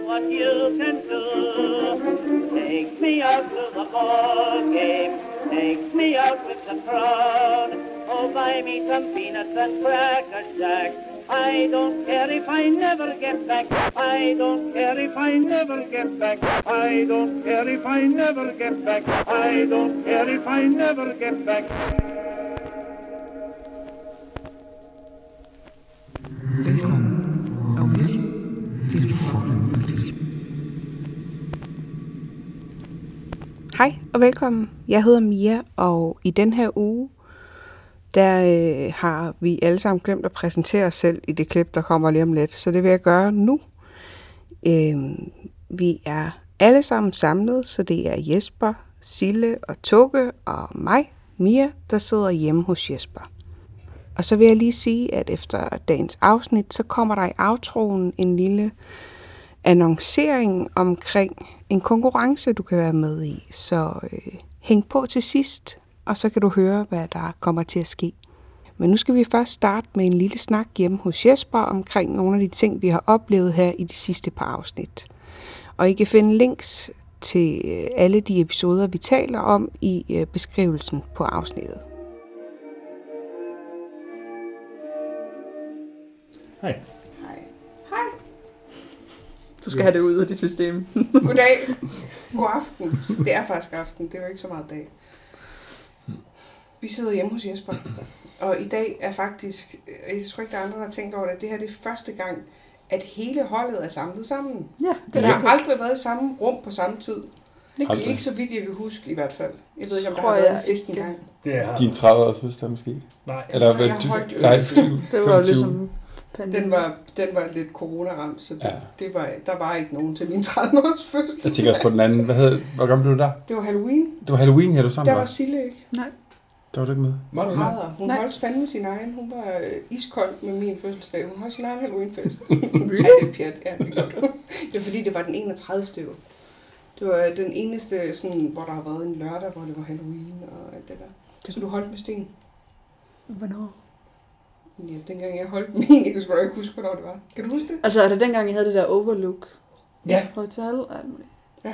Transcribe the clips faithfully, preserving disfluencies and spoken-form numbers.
what you can do. Take me out to the ball game. Take me out with the crowd. Oh, buy me some peanuts and cracker jack. I don't care if I never get back. I don't care if I never get back. I don't care if I never get back. I don't care if I never get back. Velkommen og virkelig lidt fornøjelig. Hej og velkommen. Jeg hedder Mia, og i den her uge, der øh, har vi alle sammen glemt at præsentere os selv i det klip, der kommer lige om lidt. Så det vil jeg gøre nu. Øh, vi er alle sammen samlet, så det er Jesper, Sille og Tugge og mig, Mia, der sidder hjemme hos Jesper. Og så vil jeg lige sige, at efter dagens afsnit, så kommer der i outroen en lille annoncering omkring en konkurrence, du kan være med i. Så øh, hæng på til sidst, og så kan du høre, hvad der kommer til at ske. Men nu skal vi først starte med en lille snak hjemme hos Jesper omkring nogle af de ting, vi har oplevet her i de sidste par afsnit. Og I kan finde links til alle de episoder, vi taler om i beskrivelsen på afsnittet. Hej. Hej. Hej. Du skal have det ud af det system. Goddag. God aften. Det er faktisk aften. Det er jo ikke så meget dag. Vi sidder hjemme hos Jesper. Og i dag er faktisk, jeg tror ikke, der er andre, der har tænkt over det, det her det er første gang, at hele holdet er samlet sammen. Ja, det har aldrig været i samme rum på samme tid. Det er ikke så vidt, jeg kan huske i hvert fald. Jeg ved ikke, om der har været en fest engang. Din tredive års fødselsdag måske? Nej. Eller hvad? Det var jo ligesom Den var, den var lidt corona-ramt, så det, ja. det var, der var ikke nogen til min tredive års fødselsdag. Jeg tænker også på den anden. Hvad hed, hvor gammel blev du der? Det var Halloween. Det var Halloween, her du sammen Der var? var Sille ikke. Nej. Der var du ikke med? Meget. Hun holdt fandme sin egen. Hun var øh, iskold med min fødselsdag. Hun holdt sin egen Halloween-fest. Really? Ja, det er pjat. Ja, det, det var fordi, det var den enogtredivte år. Det var den eneste, sådan, hvor der har været en lørdag, hvor det var Halloween og alt det der. Så du holdt med Sten? Hvornår? Ja, dengang jeg holdt min, jeg kan sgu da ikke huske, hvornår det var. Kan du huske det? Altså, er det dengang, I havde det der Overlook? Ja. Hotel? Ja.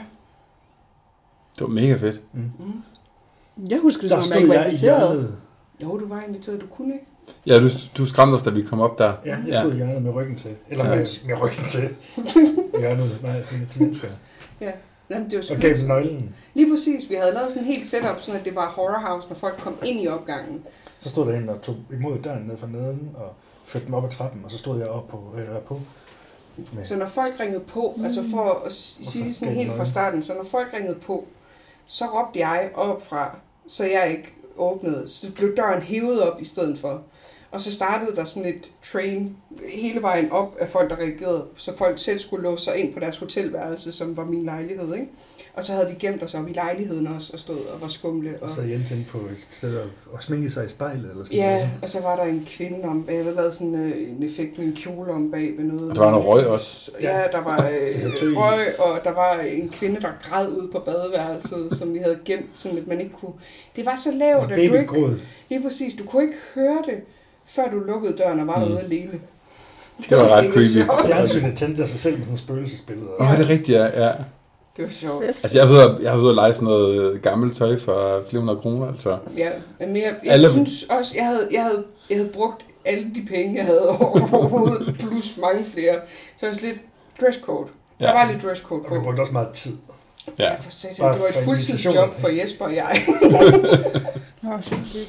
Det var mega fedt. Mm. Mm. Jeg husker det, som om jeg ikke var inviteret. Jo, du var inviteret, du kunne ikke. Ja, du, du skræmte os, da vi kom op der. Ja, jeg stod i hjørnet med ryggen til. Eller ja. med, med ryggen til. Hjørnet, nej, til mennesker. Ja. Jamen, det var og gav dem nøglen. Lige præcis. Vi havde lavet sådan en helt setup, sådan at det var horror house, når folk kom ind i opgangen. Så stod der en og tog imod døren ned fra neden og førte dem op ad trappen, og så stod jeg op på. Øh, på med. Så når folk ringede på, mm. altså for at sige sådan helt fra starten, så når folk ringede på, så råbte jeg op fra, så jeg ikke åbnede. Så blev døren hævet op i stedet for. Og så startede der sådan et train hele vejen op af folk, der reagerede, så folk selv skulle låse sig ind på deres hotelværelse, som var min lejlighed, ikke? Og så havde vi gemt os op i lejligheden også, og stod og var skumle. Og, og så Jens ind på et sted og, og sminkede sig i spejlet, eller sådan ja, noget. og så var der en kvinde om, jeg havde lavet sådan uh, en effekt med en kjole om bag ved noget. Og der var noget røg også. Ja, der var øh, røg, og der var en kvinde, der græd ude på badeværelset, som vi havde gemt, sådan at man ikke kunne. Det var så lavt, at du ikke. Lige præcis, du kunne ikke høre det, før du lukkede døren og var derude mm. alene. Det, det var, var ret creepy. Fjernsynet tændte sig selv med sådan nogle spøgelsesbilleder. Åh, ja. Det er rigtigt, ja. ja. Det var sjovt. Altså, jeg har været, jeg har været at lege sådan noget gammelt tøj for flere hundrede kroner, altså. Ja, men jeg, jeg Alle... synes også, jeg havde, jeg, havde, jeg havde brugt alle de penge, jeg havde overhovedet, plus mange flere. Så jeg var lidt dresscode. Ja. Der var lidt dresscode på. Og vi brugte også meget tid. Ja, ja for satan, det var et fuldtidsjob for Jesper og jeg. Det var sindssygt.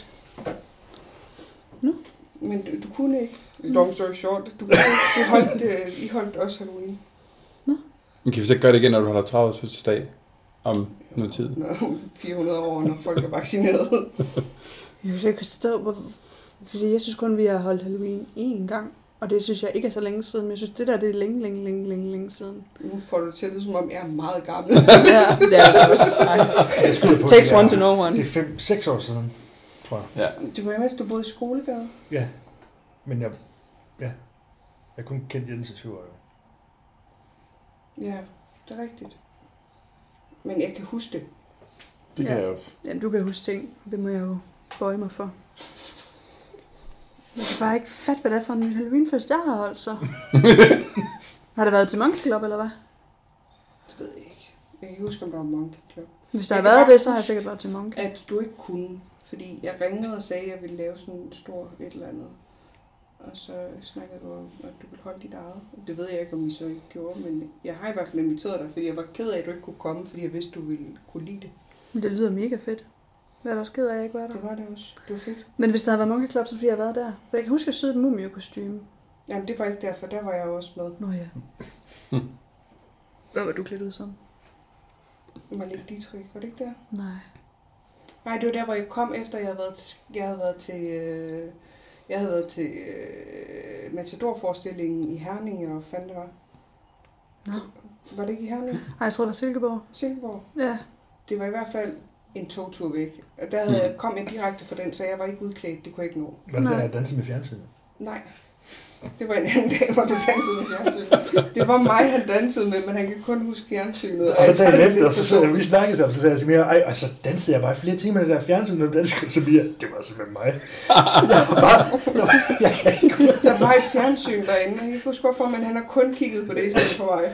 Nu? Men du, du kunne ikke. Long story short. Du, kunne, du holdt, uh, I holdt også Halloween. Nå. Men kan vi så gøre det igen, når du holder tredive års fødselsdag om noget tid? Nå, fire hundrede år, når folk er vaccineret. Jeg synes ikke forstå, hvor... Fordi jeg synes kun, vi har holdt Halloween én gang. Og det synes jeg ikke er så længe siden. Men jeg synes, det der det er længe, længe, længe, længe, længe siden. Nu får du til det, som om jeg er meget gammel. Ja, det er det også. Takes one to know one. Det er fem, seks år siden, tror jeg. Ja. Det var jo mens du boede i Skolegade. Ja, men jeg... Ja, jeg kunne kende Jens i syv år. Ja, det er rigtigt. Men jeg kan huske det. Det kan ja. jeg også. Jamen, du kan huske ting. Det må jeg jo bøje mig for. Jeg kan bare ikke fatte, hvad det er for en Halloweenfest, jeg har holdt så. Har det været til Monkey Club, eller hvad? Det ved jeg ikke. Jeg kan ikke huske, om der var Monkey Club. Hvis der har været det, så har jeg sikkert været til Monkey. At du ikke kunne, fordi jeg ringede og sagde, at jeg ville lave sådan en stor et eller andet. Og så snakkede du om, at du ville holde dit eget. Det ved jeg ikke, om I så ikke gjorde, men jeg har i hvert fald inviteret dig, fordi jeg var ked af, at du ikke kunne komme, fordi jeg vidste, du ville kunne lide det. Men det lyder mega fedt. Hvad er der også ked af, at jeg ikke var der? Det var det også. Det var fedt. Men hvis der havde været Monkey Club, så ville jeg have været der. For jeg kan huske, at jeg syede et mumie-kostyme. Jamen, det var ikke derfor. Der var jeg også med. Nå ja. Hvad var du klædt ud som? Malek Dietrich, var det ikke der? Nej. Nej, det var der, hvor jeg kom efter, jeg havde været til... Jeg havde været til, øh, jeg havde været til øh, Matador-forestillingen i Herning, eller hvad fanden det var. Nå. Var det ikke i Herning? Nej, jeg tror, det var Silkeborg. Silkeborg? Ja. Det var i hvert fald en togtur væk. Og der havde jeg, kom jeg direkte fra den, så jeg var ikke udklædt. Det kunne jeg ikke nå. Var det der at danse med fjernsynet? Nej. Det var en anden dag, hvor du dansede med fjernsynet. Det var mig, han dansede med, men han kan kun huske fjernsynet. Og, og så dagen efter, så, så vi snakkede sammen, så sagde jeg til Mia, ej, og så dansede jeg bare flere timer i det der fjernsyn, når du dansede, så Mia, det var simpelthen mig. Jeg var bare, jeg, var, jeg kan ikke huske. Der var et fjernsyn derinde, jeg kan ikke huske hvorfor, men han har kun kigget på det i stedet for mig.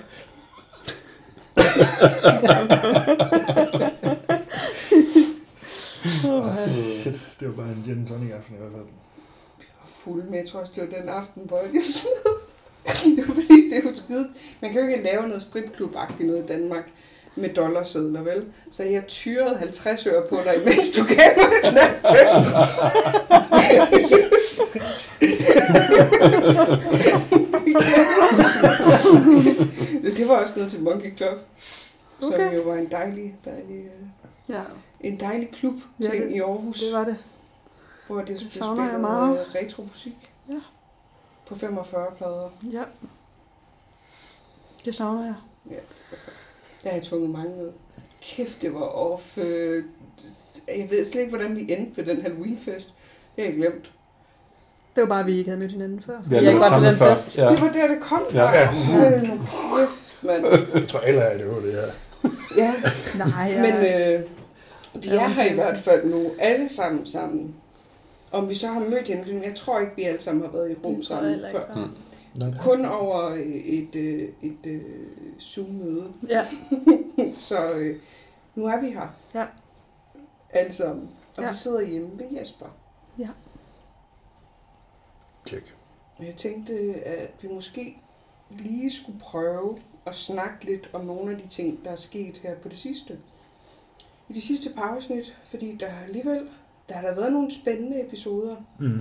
Oh, shit, det var bare en gin tonic aften i hvert fald. Fuld, men jeg tror også, det var den aften, hvor jeg smed. Det var fordi, det er jo skide. Man kan jo ikke lave noget stripklub-agtigt noget i Danmark med dollarsedler, vel? Så jeg tyrede halvtreds øre på dig, mens du gav mig den her Det var også noget til Monkey Club, okay. Som jo var en dejlig, dejlig, ja. en dejlig klub ting ja, det, i Aarhus. Det var det. Hvor det, det blev spillet retromusik. Ja. På femogfyrre plader. Ja. Det savner jeg. Ja. Der har jeg tvunget mange ned. Kæft, det var off. Øh, jeg ved slet ikke, hvordan vi endte ved den Halloweenfest. Det har jeg glemt. Det var bare, at vi ikke havde mødt hinanden før. Vi jeg ikke var til den før. fest. Ja. Det var der, det kom fra. Ja. Ja. Kæft, mand. Jeg tror, alle er det jo det her. Ja. Nej, ja. Men øh, vi er her i hvert fald nu. Alle sammen sammen. Om vi så har mødt hinanden, jeg tror ikke, vi alle sammen har været i rum sammen før. Hmm. Kun over et, et, et, et Zoom-møde. Ja. Så øh, nu er vi her. Ja. Alle sammen. Og ja. vi sidder hjemme ved Jesper. Ja. Tjek. Og jeg tænkte, at vi måske lige skulle prøve at snakke lidt om nogle af de ting, der er sket her på det sidste. I de sidste par afsnit, fordi der alligevel, der har der været nogle spændende episoder. Mm.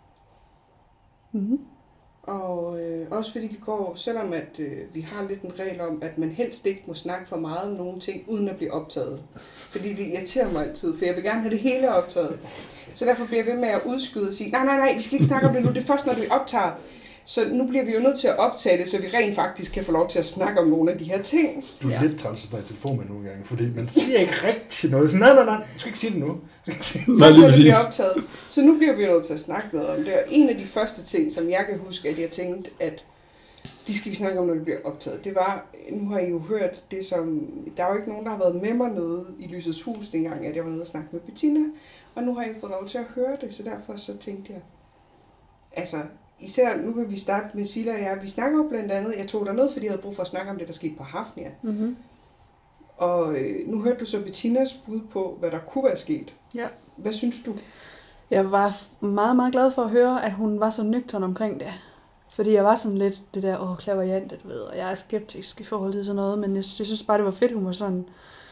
Mm-hmm. Og øh, også fordi vi går, selvom at øh, vi har lidt en regel om, at man helst ikke må snakke for meget om nogle ting, uden at blive optaget. Fordi det irriterer mig altid, for jeg vil gerne have det hele optaget. Så derfor bliver jeg ved med at udskyde og sige, nej, nej, nej, vi skal ikke snakke om det nu, det er først, når vi optager. Så nu bliver vi jo nødt til at optage det, så vi rent faktisk kan få lov til at snakke om nogle af de her ting. Du er ja. lidt træls at snakke i telefon med nogle gange, fordi man siger ikke rigtig noget. Så nej, nej, nej, du skal ikke sige det nu. Du skal ikke sige det. Først, når det bliver optaget. Så nu bliver vi nødt til at snakke noget om det. Og en af de første ting, som jeg kan huske, at jeg tænkte, at de skal vi snakke om, når det bliver optaget, det var, nu har I jo hørt det som, der er jo ikke nogen, der har været med mig nede i Lysets Hus dengang, at jeg var nede og snakke med Bettina. Og nu har jeg fået lov til at høre det, så derfor så tænkte jeg, altså, især, nu kan vi starte med Silla og jeg. Vi snakker jo blandt andet, jeg tog derned, fordi jeg havde brug for at snakke om det, der skete på Hafnia. Mm-hmm. Og øh, nu hørte du så Bettinas bud på, hvad der kunne være sket. Ja. Hvad synes du? Jeg var meget, meget glad for at høre, at hun var så nøgtern omkring det. Fordi jeg var sådan lidt det der, åh, klaverjant, du ved, og jeg er skeptisk i forhold til sådan noget, men jeg, jeg synes bare, det var fedt, hun var sådan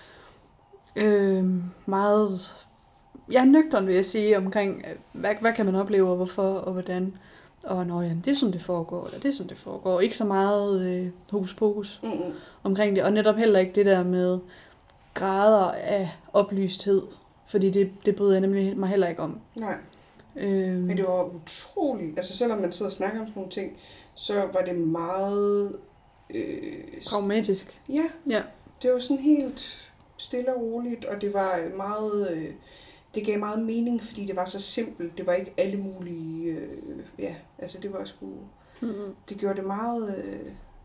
øh, meget, jeg er nøgtern, vil jeg sige, omkring, hvad, hvad kan man opleve, og hvorfor, og hvordan. Og nå, jamen, det er sådan, det foregår, eller det er sådan, det foregår. Ikke så meget øh, hokus pokus mm-hmm. omkring det, og netop heller ikke det der med grader af oplysthed, fordi det, det bryder jeg nemlig mig heller ikke om. Nej. Øhm. Men det var utroligt, altså selvom man sidder og snakker om sådan nogle ting, så var det meget øh, pragmatisk. Ja, ja, det var sådan helt stille og roligt, og det var meget, øh, det gav meget mening, fordi det var så simpelt. Det var ikke alle mulige, øh, ja, altså det var sgu, mm-hmm. det gjorde det meget, øh,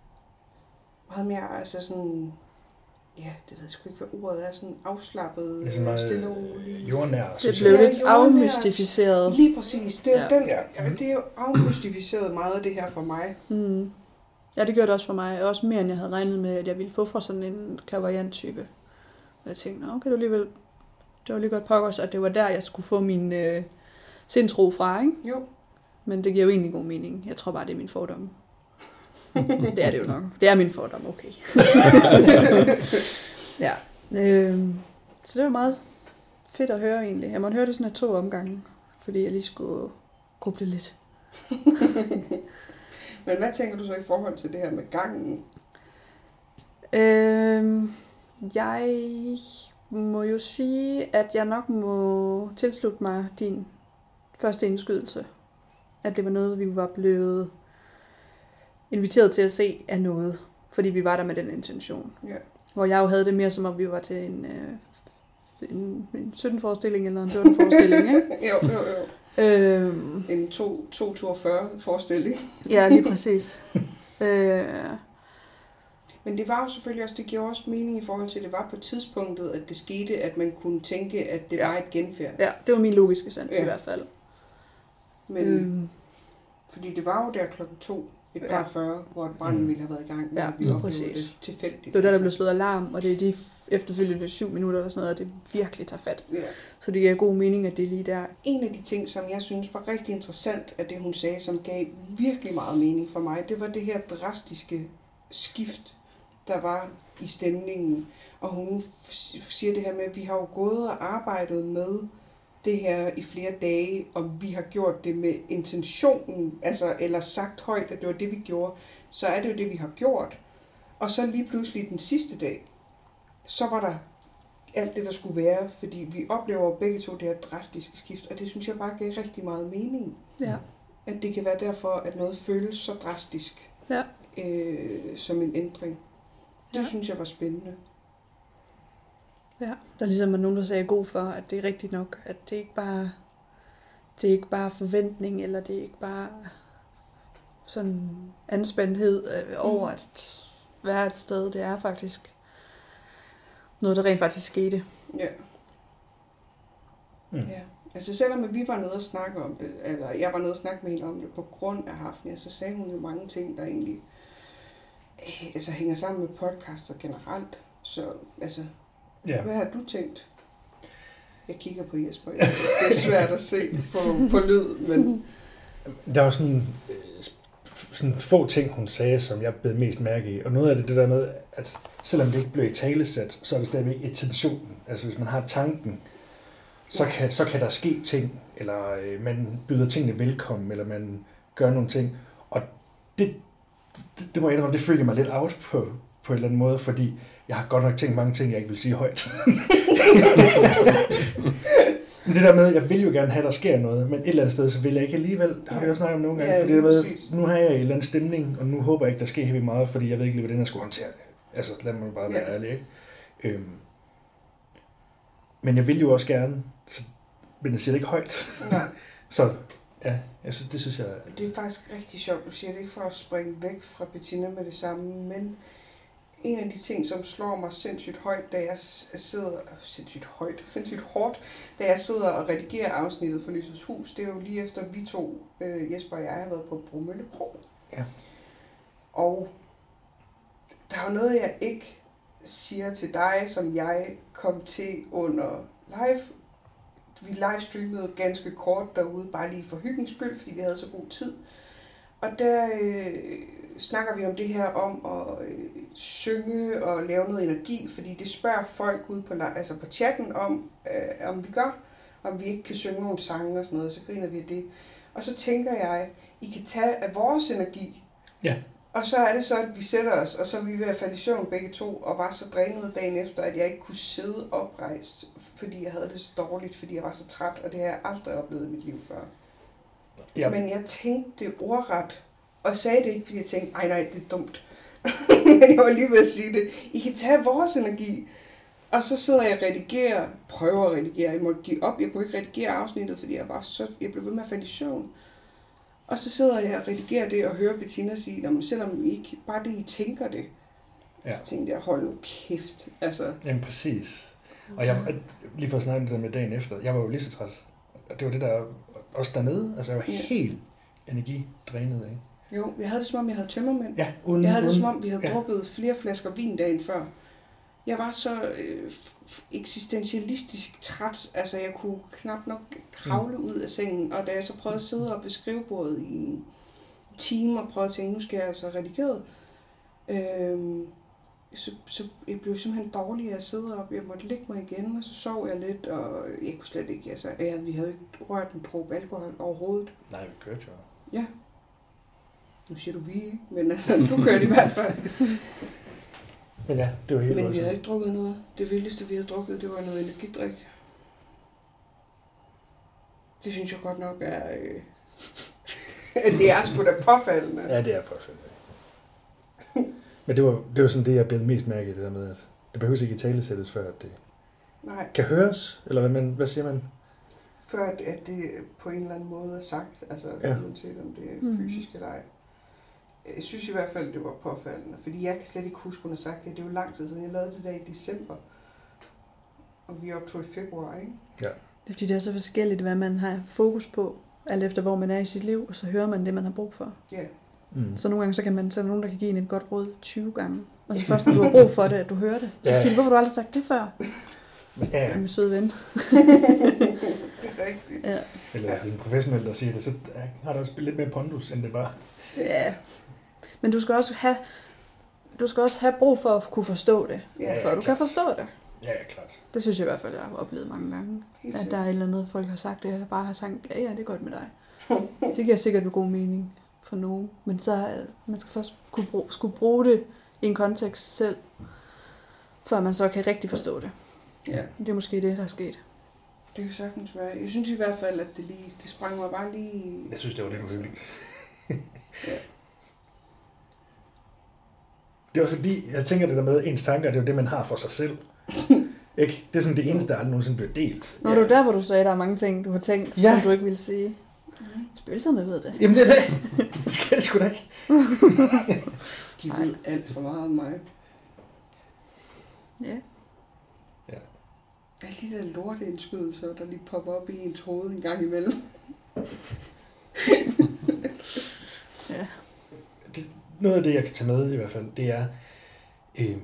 meget mere, altså sådan, ja, det ved jeg sgu ikke, hvad ordet er, sådan afslappet, ligesom stille og roligt. Jordnær. Det blev lidt ja, afmystificeret. Lige præcis. Det er, ja. den, ja, det er jo afmystificeret meget af det her for mig. Mm. Ja, det gjorde det også for mig. Også mere, end jeg havde regnet med, at jeg ville få fra sådan en klaverjant-type. Og jeg tænkte, okay, det var alligevel, det var lige godt pokkers, at det var der, jeg skulle få min øh, sindsro fra, ikke? Jo. Men det giver jo egentlig god mening. Jeg tror bare, det er min fordom. Det er det jo nok. Det er min fordom, okay. Ja. Øh, så det var meget fedt at høre egentlig. Jeg måtte høre det sådan af to omgange, fordi jeg lige skulle gruble lidt. Men hvad tænker du så i forhold til det her med gangen? Øh, jeg må jo sige, at jeg nok må tilslutte mig din første indskydelse. At det var noget, vi var blevet inviteret til at se af noget, fordi vi var der med den intention. Ja. Hvor jeg jo havde det mere som om, vi var til en, øh, en, en sytten-forestilling eller en fjorten-forestilling, ikke? jo, jo, jo. Øhm, En to toogfyrre forestilling. ja, lige præcis. øh, Men det var jo selvfølgelig også, det giver også mening i forhold til, at det var på tidspunktet, at det skete, at man kunne tænke, at det Ja. var et genfærd. ja, det var min logiske sans Ja. i hvert fald. Men, Øhm, fordi det var jo der klokken to, et par Ja. fyrre, hvor branden Mm. ville have været i gang, men Ja, vi mm, oplevede præcis. det tilfældigt. det var der, der blev slået alarm, og det er de efterfølgende syv minutter eller sådan noget, og det virkelig tager fat. Ja. Så det giver god mening, at det er lige der. En af de ting, som jeg synes var rigtig interessant af det, hun sagde, som gav virkelig meget mening for mig, det var det her drastiske skift, der var i stemningen. Og hun f- siger det her med, at vi har jo gået og arbejdet med det her i flere dage, om vi har gjort det med intentionen, altså, eller sagt højt, at det var det, vi gjorde, så er det jo det, vi har gjort. Og så lige pludselig den sidste dag, så var der alt det, der skulle være, fordi vi oplever begge to det her drastiske skift, og det synes jeg bare gav rigtig meget mening. Ja. At det kan være derfor, at noget føles så drastisk Ja. øh, som en ændring. Det Ja. synes jeg var spændende. Ja, der ligesom er nogen, der sagde god for, at det er rigtigt nok, at det ikke bare det er ikke bare forventning, eller det er ikke bare sådan anspændthed øh, over at være et sted. Det er faktisk noget, der rent faktisk skete. Ja. Mm. Ja. Altså selvom vi var nede og snakke om det, eller jeg var nede og snakke med hende om det på grund af Hafnia, så sagde hun jo mange ting, der egentlig øh, altså, hænger sammen med podcaster generelt. Så altså, Ja. hvad har du tænkt? Jeg kigger på Jesper. Det er svært at se på, på lyd, men Der var sådan, øh, sådan få ting, hun sagde, som jeg blev mest mærke i. Og noget af det, det der med, at selvom det ikke blev i talesæt, så er det stadigvæk intentionen. Altså hvis man har tanken, så kan, så kan der ske ting, eller øh, man byder tingene velkommen, eller man gør nogle ting. Og det, det, det må jeg indrømme, det freaker mig lidt out på, på en eller anden måde, fordi jeg har godt nok tænkt mange ting, jeg ikke vil sige højt. Men det der med, jeg vil jo gerne have, at der sker noget, men et eller andet sted, så vil jeg ikke alligevel. Det har vi også snakket om nogle gange. Ja, fordi det der med, præcis. nu har jeg en eller anden stemning, og nu håber jeg ikke, der sker helt meget, fordi jeg ved ikke lige, hvordan jeg skulle håndtere det. Altså, lad mig bare være Ja. ærlig, ikke? Øhm. Men jeg vil jo også gerne, så, men jeg siger det ikke højt. nej. Så ja, altså, det synes jeg... Det er faktisk rigtig sjovt, du siger det ikke for at springe væk fra Bettina med det samme, men en af de ting, som slår mig sindssygt højt, da jeg s- sidder, sindssygt højt, sindssygt hårdt, da jeg sidder og redigerer afsnittet for Lysets Hus, det er jo lige efter vi to, øh, Jesper og jeg, har været på Bromølle Kro. Ja. Og der er jo noget, jeg ikke siger til dig, som jeg kom til under live. Vi livestreamede ganske kort derude, bare lige for hyggens skyld, fordi vi havde så god tid. Og der øh, snakker vi om det her om at øh, synge og lave noget energi, fordi det spørger folk ude på, altså på chatten om, øh, om vi gør, om vi ikke kan synge nogle sange og sådan noget, så griner vi af det. Og så tænker jeg, I kan tage af vores energi, Ja. og så er det så, at vi sætter os, og så er vi ved at falde i søvn begge to, og var så drænet dagen efter, at jeg ikke kunne sidde oprejst, fordi jeg havde det så dårligt, fordi jeg var så træt, og det har jeg aldrig oplevet i mit liv før. Ja. Men jeg tænkte det ordret, og sagde det ikke, fordi jeg tænkte, ej nej, det er dumt. Men jeg var lige ved at sige det. I kan tage vores energi. Og så sidder jeg og redigerer, prøver at redigere. Jeg måtte give op, jeg kunne ikke redigere afsnittet, fordi jeg var så, jeg blev ved med at falde i søvn. Og så sidder jeg og redigerer det og hører Bettina sige, at selvom I ikke, bare det I tænker det. Ja. Så tænkte jeg, hold nu kæft. Altså, Jamen præcis. Og jeg, lige for at snakke om det der med dagen efter, jeg var jo lige så træt. Og det var det der, også dernede, altså jeg var Ja. helt energidrænet, ikke? Jo, jeg havde det som om, jeg havde tømmermænd. Ja, uden, Jeg havde det uden, som om, vi havde ja. drukket flere flasker vin dagen før. Jeg var så øh, f- eksistentialistisk træt, altså jeg kunne knap nok kravle ud af sengen, og da jeg så prøvede at sidde op ved skrivebordet i en time og prøvede at tænke, nu skal jeg altså redigere, øh, så, så jeg blev simpelthen dårlig af at sidde op. Jeg måtte ligge mig igen, og så sov jeg lidt, og jeg kunne slet ikke, altså ja, vi havde ikke rørt en dråbe alkohol overhovedet. Nej, vi kørte jo. Ja. Nu siger du vi, ikke? Men altså, du kørte i hvert fald. Men ja, det var helt Men vi voldsomt. havde ikke drukket noget. Det vildeste, vi havde drukket, det var noget energidrik. Det synes jeg godt nok er... Øh... det er sgu da påfaldende. Ja, det er påfaldende. Men det var, det var sådan det, jeg blev mest mærke i, det der med, at det behøves ikke i talesættes, før at det Nej, kan høres, eller hvad, man, hvad siger man? før at, at det på en eller anden måde er sagt, altså Ja. uanset om det er Mhm. fysisk eller ej. Jeg synes i hvert fald, det var påfaldende, fordi jeg kan slet ikke huske, hun har sagt det. Det er jo lang tid siden, jeg lavede det der i december, og vi optog i februar, ikke? Det er fordi, det er så forskelligt, hvad man har fokus på, alt efter hvor man er i sit liv, og så hører man det, man har brug for. Ja. Mm. Så nogle gange, så kan man, så er der nogen, der kan give en et godt råd tyve gange. Og så først, når du har brug for det, at du hører det. Så Ja. siger du, hvorfor har du aldrig sagt det før? Men, ja, ja. Min søde ven. Det er rigtigt. Ja. Eller hvis det er en professionel, der siger det, så har der også lidt mere pondus, end det var. Ja. Men du skal også have, du skal også have brug for at kunne forstå det, Ja, før du kan klart. forstå det. Ja, ja, klart. Det synes jeg i hvert fald, jeg har oplevet mange gange. Helt At sikkert. der er et eller andet, folk har sagt, det jeg bare har sagt, ja, ja, det er godt med dig. Det giver sikkert en god mening for nogen. Men så er- man skal først kunne bruge, skulle bruge det i en kontekst selv, før man så kan rigtig forstå det. Ja, Det er måske det, der er sket. det kan sagtens være. Jeg synes i hvert fald, at det lige, det sprang mig bare lige... Jeg synes, det var lidt uhyggeligt. Ja. Det er også fordi, jeg tænker det der med, ens tanker, det er jo det, man har for sig selv. Ikke? Det er sådan det eneste, der aldrig nogensinde bliver delt. Nå, det er jo der, hvor du sagde, at der er mange ting, du har tænkt, Ja. som du ikke ville sige. Spøgelserne ved det. Jamen det er det. Det skal det sgu da ikke. De ved alt for meget om mig. Ja. Alle de der lorteindskydelser, der lige popper op i ens hoved en gang imellem. Ja. Det, noget af det, jeg kan tage med i hvert fald, det er øh,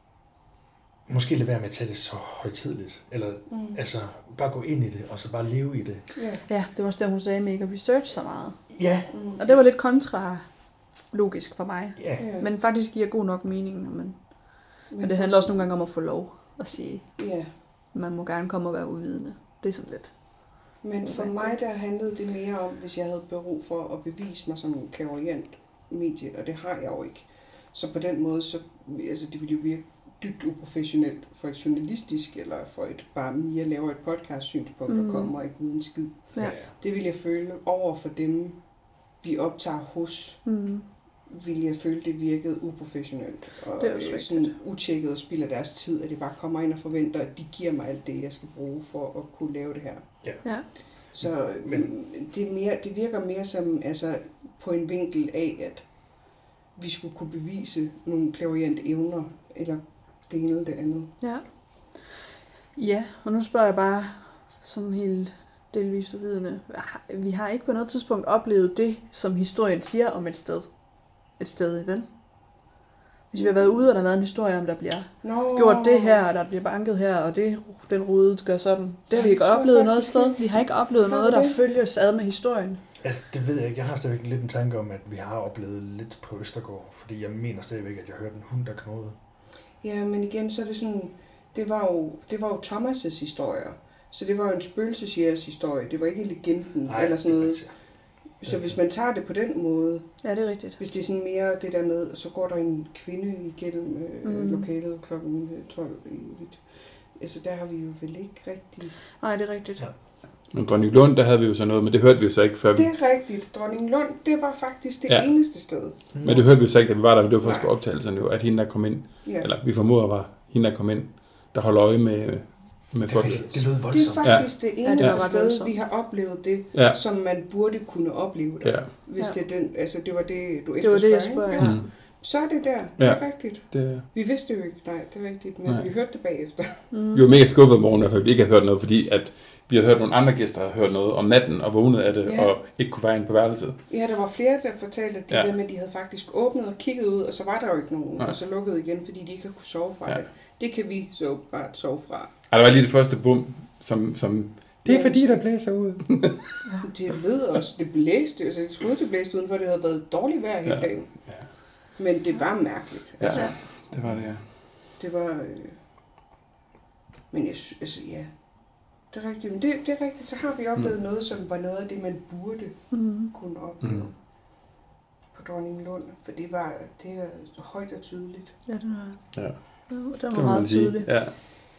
måske lade være med at tage det så højtidligt. Eller Mm. altså bare gå ind i det, og så bare leve i det. Ja. Ja, det var også det, hun sagde med ikke at research så meget. Ja, Mm. Og det var lidt kontra logisk for mig. ja. Ja. Men faktisk giver god nok mening. Men, Men, men det handler også nogle gange om at få lov at sige, Ja, man må gerne komme og være uvidende. Det er sådan lidt. men for mig der handlede det mere om, hvis jeg havde brug for at bevise mig som en clairvoyant medie, og det har jeg jo ikke. Så på den måde, så altså, det ville jo virke dybt uprofessionelt for et journalistisk, eller for et bare Mia laver et podcast-synspunkt, Mm. og kommer og ikke vide en skid. Ja. ja. Det vil jeg føle over for dem, vi optager hos, Mm. ville jeg føle, det virkede uprofessionelt. Og Det er også øh, rigtigt. sådan utjekket og spilder deres tid, at de bare kommer ind og forventer, at de giver mig alt det, jeg skal bruge for at kunne lave det her. Ja. Så Men- Men, det, er mere, det virker mere som altså, på en vinkel af, at vi skulle kunne bevise nogle clairvoyante evner, eller det ene eller det andet. Ja. Ja, og nu spørger jeg bare sådan helt delvist uvidende. Vi har ikke på noget tidspunkt oplevet det, som historien siger om et sted. Et sted, vel? Hvis vi har været ude, og der har været en historie om, der bliver Nå, gjort det her, og der bliver banket her, og det, den rude gør sådan. Det har vi Ja, ikke det tror jeg oplevet noget faktisk sted. ikke. Vi har ikke oplevet Har noget, vi der det? følges ad med historien. Altså, det ved jeg ikke. Jeg har stadigvæk lidt en tanke om, at vi har oplevet lidt på Østergaard, fordi jeg mener stadigvæk, at jeg hørte en hund, der knurrede. Ja, men igen, så er det sådan, det var jo, det var jo Thomas' historier. Så det var jo en spøgelsesjægers historie. Det var ikke legenden Nej, eller sådan det er noget. rigtigt. Så hvis man tager det på den måde, Ja, det er rigtigt. hvis det er sådan mere det der med, så går der en kvinde igennem øh, Mm. mm. lokalet klokken tolv i hvidt. Altså der har vi jo vel ikke rigtig... Nej, det er rigtigt. Ja. Men Dronning Lund, der havde vi jo så noget, men det hørte vi jo så ikke før. Vi, Det er rigtigt. Dronning Lund, det var faktisk det Ja. ja. eneste sted. men det hørte vi jo så ikke, da vi var der, men det var først Nej. på optagelserne jo, at hende, der kom ind, Ja. eller vi formoder var hende, der kom ind, der holder øje med, med Det, folk. er rigtigt. Det lød Det er voldsomt. faktisk ja. det Ja, eneste det ja, var ret sted, voldsomt. vi har oplevet det, Ja, som man burde kunne opleve det. ja. Hvis Ja. det er den, altså det var det, du Det var det, jeg efterspørger, spørger. ikke? Ja. Mm. Så er det der. Det Ja. er rigtigt. Det, Vi vidste jo ikke, nej, det er rigtigt, men Nej. vi hørte det bagefter. Mm. vi var mega skuffet om morgenen, at vi ikke havde hørt noget, fordi at vi havde hørt nogle andre gæster have hørt noget om natten og vågnet af det, Ja. og ikke kunne være inde på værelset. Ja, der var flere, der fortalte, at det Ja. der med, at de havde faktisk åbnet og kigget ud, og så var der jo ikke nogen, Nej. og så lukkede igen, fordi de ikke havde kunne sove fra Ja. det. Det kan vi så bare sove fra. Ej, der var lige det første bum, som... som det er Ja, fordi, måske. der blæser ud. Det lød også, det blæste, altså det skulle det blæste udenfor, det havde været dårligt vejr hele Ja. dagen. Ja. Men det var mærkeligt. Ja. Altså, Det var det, ja. det var... Øh... Men jeg sy- altså, ja, det er rigtigt. Men det, det er rigtigt, så har vi oplevet mm. noget, som var noget af det, man burde Mm. kunne opleve Mm. på Dronninglund. For det var, det er højt og tydeligt. Ja, den var, Ja. den Det var må man meget sige. tydelig. Ja.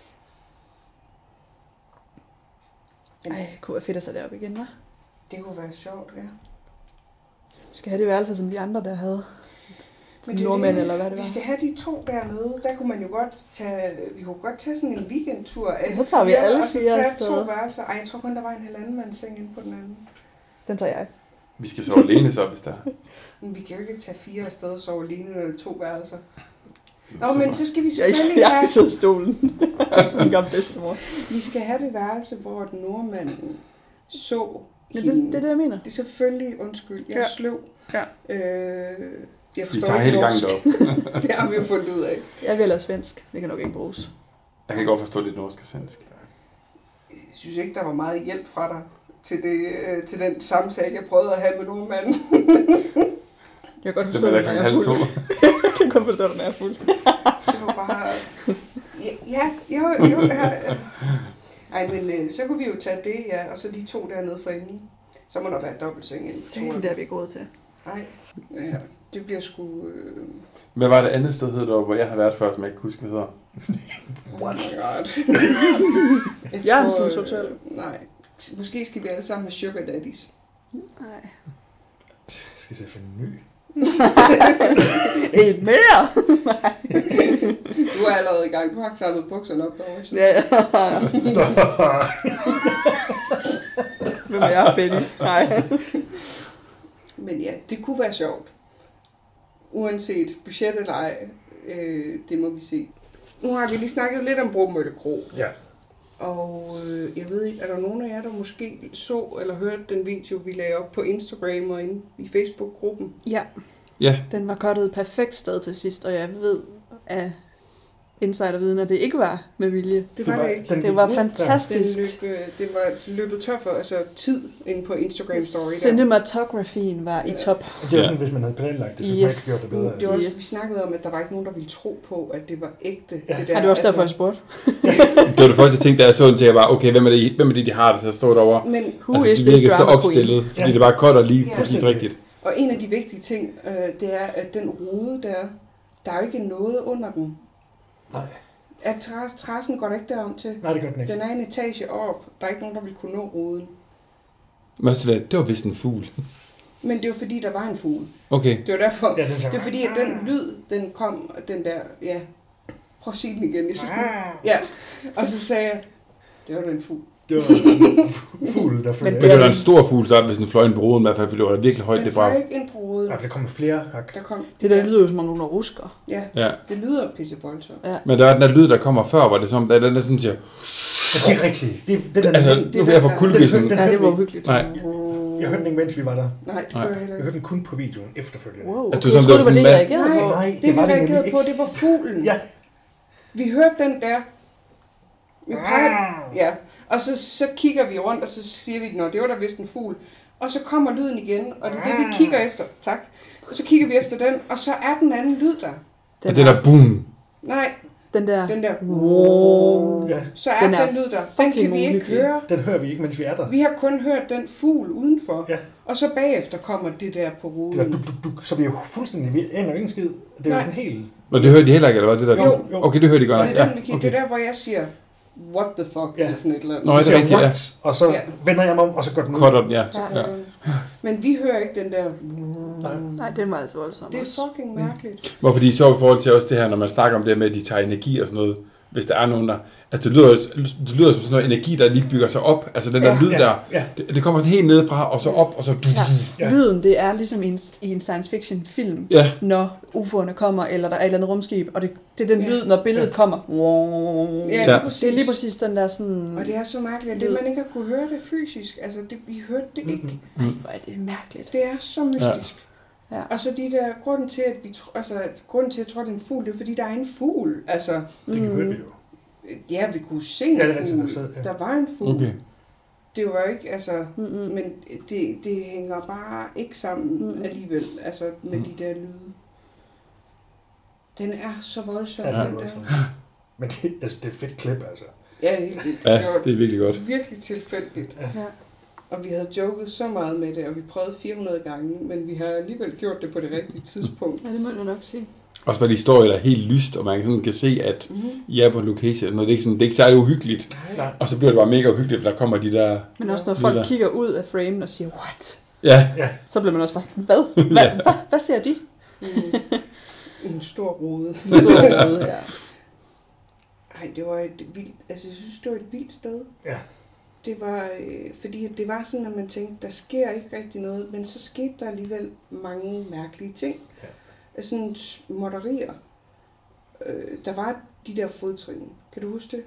Men Ej, kunne være fedt at sætte det op igen, hva'? det kunne være sjovt, ja. Vi skal have det værelse, som de andre der havde. Men det er Nordmænd, det, eller hvad det var. Vi skal have de to dernede. Der kunne man jo godt tage, vi kunne godt tage sådan en weekendtur. Alle Så tager vi alle og så fire tage afsted. to værelser. Ej, jeg tror kun, der var en halvanden mands seng inde på den anden. Den tager jeg. Vi skal sove alene så, hvis der... Men vi kan jo ikke tage fire afsted og sove alene, når det er to værelser. Nå, men så skal vi Jeg, selvfølgelig jeg skal have, sidde i stolen. Min gamle bedstemor. vi skal have det værelse, hvor nordmanden så Ja, det, hende. det er det, jeg mener. Det er selvfølgelig, undskyld, jeg er Ja. sløv. Ja. Øh, jeg Vi forstår tager ikke hele gangen norsk. derop. Det har vi jo fundet ud af. Jeg vil ellers svensk. Det kan nok ikke bruges. Jeg kan godt forstå lidt norsk og svensk. Jeg synes ikke, der var meget hjælp fra dig til, det, øh, til den samtale, jeg prøvede at have med nordmanden. Jeg kan godt Det forstå, er når der jeg klokken er halv fuld. to. Jeg kan godt forstå, når jeg er fuld. Det var bare... Ja, ja jo, jo. Ja. Ej, men øh, så kunne vi jo tage det, ja, og så de to dernede for enden. Så må der være dobbeltseng inden. Sådan der er vi gået til. Nej, ja, det bliver sgu... Øh... Hvad var det andet sted, hed der, hvor jeg har været før, som jeg ikke kan huske, hvad hedder? What? Oh jeg Jørgensens tror, Hotel. øh, Nej, måske skal vi alle sammen have sugar daddies. Nej. Jeg skal se at finde en ny. Et mere? Du er allerede i gang. Du har knappet bukserne op derovre. Så. Ja, ja. Hvem er jeg, Benny? Nej. Men ja, det kunne være sjovt. Uanset budget eller ej, øh, det må vi se. Nu har vi lige snakket lidt om Bromølle Kro. Ja. Og øh, jeg ved ikke, er der nogen af jer, der måske så eller hørte den video, vi lagde op på Instagram og inde i Facebook-gruppen? Ja, Ja, den var kottet et perfekt sted til sidst, og jeg ved af insiderviden, at det ikke var med vilje. Det var det, det ikke. Den Det gik var ud der. fantastisk. Den løb, øh, det var løbet tør for altså, tid inde på Instagram Story. Der. Cinematografien var i Ja. top. Det var sådan, hvis man havde planlagt det, så kunne man Yes. ikke gjort det bedre. Det var også, Yes. vi snakkede om, at der var ikke nogen, der ville tro på, at det var ægte. Ja. Det der, Ja, det var også derfor, jeg altså, spurgte. det var det første ting, da jeg så den til, jeg var, okay, hvem er det, hvem er det de har, der så står derovre? Men, Who Altså, is de this virkede så drama queen? opstillet, fordi Ja. det bare cutter lige Ja. præcis rigtigt. og en af de vigtige ting, øh, det er, at den rude der, der er jo ikke noget under den. Nej. At træs, træsen går der ikke derom til. Nej, det gør den ikke. Den er en etage op. Der er ikke nogen, der vil kunne nå ruden. Men også det, det var vist en fugl. Men det var fordi, der var en fugl. Okay. Det var derfor. Ja, den Det sagde, var fordi, at den lyd, den kom, den der, ja, prøv at sige den igen. Jeg synes, den, ja. Og så sagde jeg, det var den fugl. det var en fugl, der følger. Men det var en stor fugl, så hvis den fløj ind på roden, i hvert fald, for det var virkelig højt Den det fra. fløj ikke ind på ruden. Ja, der kommer flere hak. Der kom, Det der lyder jo som om nogen rusker. ja, Ja. det lyder pisse voldsomt. Ja. Men der var den der lyd, der kommer før, hvor det som, der er den der sådan siger, Ja, det er rigtigt. Det, det der, altså, det nu får jeg var- få kuldegysning. den- Ja, det hørte var vi. uhyggeligt. Nej. jeg hørte den ikke, mens vi var der. Nej, det Nej. gør jeg heller Jeg ikke. hørte den kun på videoen efterfølgende. Wow, Altså, okay, det var jeg som, troede, det det var var det, I sådan en reagerede på. Nej, Det, vi var det reagerede nemlig på, ikke. det var fuglen. Ja, Vi hørte den der. Vi peger, ja. Og så, så kigger vi rundt, og så siger vi, nå, det var da vist en fugl. Og så kommer lyden igen, og det er det, vi kigger efter. Tak. Og så kigger vi efter den, og så er den anden lyd der. Og det der boom. Nej, Den der. den der. ja, Så er Den den, er den lyd der. Den kan vi ikke uhyggelig. høre. den hører vi ikke, mens vi er der. Vi har kun hørt den fugl udenfor. Ja. Og så bagefter kommer det der på Det der ruden. duk, duk, duk, så vi er jo fuldstændig, vi aner jo ikke en skid. Det er jo Nej. sådan helt... Og det hørte de heller ikke, eller hvad? Det der? Jo, jo. Okay, det hørte de godt. Og det Ja, er den, vi kigger. okay. Det er der, hvor jeg siger, what the fuck, Ja. eller sådan et eller andet. Nå, Vi det er siger, rigtigt, ja. what? Og så Ja. vender jeg mig om, og så går den ud. Cut up, ja. Så ja. kan man- Men vi hører ikke den der. Nej. Nej, den var altså voldsom. Det er også. fucking mærkeligt. Hvorfor de er så i forhold til også det her, når man snakker om det med, at de tager energi og sådan noget. hvis der er nogen, der... Altså, det lyder, det lyder som sådan noget energi, der lige bygger sig op. Altså, den der Ja. lyd der, Ja. det, det kommer sådan helt nedefra, og så op, og så... Ja. Ja. Lyden, det er ligesom i en, i en science fiction film, Ja. når U F O'erne kommer, eller der er et eller andet rumskib, og det, det er den Ja. lyd, når billedet kommer. Ja, Ja. lige præcis. Det er lige præcis den der sådan... Og det er så mærkeligt, at det, man ikke har kunne høre det fysisk. Altså, det, vi hørte det ikke. Mm-hmm. Ej, hvor er det mærkeligt. Det er så mystisk. Ja. Ja. Og så de der, grunden til, at vi tro, altså, grunden til, at jeg tror, det er en fugl, det er, fordi der er en fugl. Altså, Det kan høre vi jo. ja, vi kunne se en Ja, det er rigtigt, fugl. der sad, ja. Der var en fugl. Okay. Det var ikke, altså, Mm-mm. men det, det hænger bare ikke sammen Mm. alligevel, altså med Mm. de der lyde. Den er så voldsom, Ja, det ja, er den voldsomt. der. Men det, altså, det er et fedt klip, altså. Ja, helt vildt. Ja, Det var det er virkelig godt. virkelig tilfældigt. Ja. Og vi havde joket så meget med det, og vi prøvede fire hundrede gange, men vi har alligevel gjort det på det rigtige tidspunkt. Ja, det må jeg nok sige. Også bare de historier, der er helt lyst, og man sådan kan se, at Mm-hmm. I er på en location, og det er ikke, sådan, det er ikke særlig uhyggeligt. Nej. Og så bliver det bare mega uhyggeligt, for der kommer de der... Men også når Ja. folk Lyder. kigger ud af framen og siger, what? Ja, Ja, Så bliver man også bare sådan, hvad? Hvad, Ja. hvad, hvad ser de? Mm. En stor rode. Så noget, ja. Nej, det var et vildt, altså jeg synes, det var et vildt sted. Ja. Det var, øh, fordi det var sådan, at man tænkte, der sker ikke rigtig noget, men så skete der alligevel mange mærkelige ting. Ja. Altså sådan småtterier. Øh, der var de der fodtrin. Kan du huske det?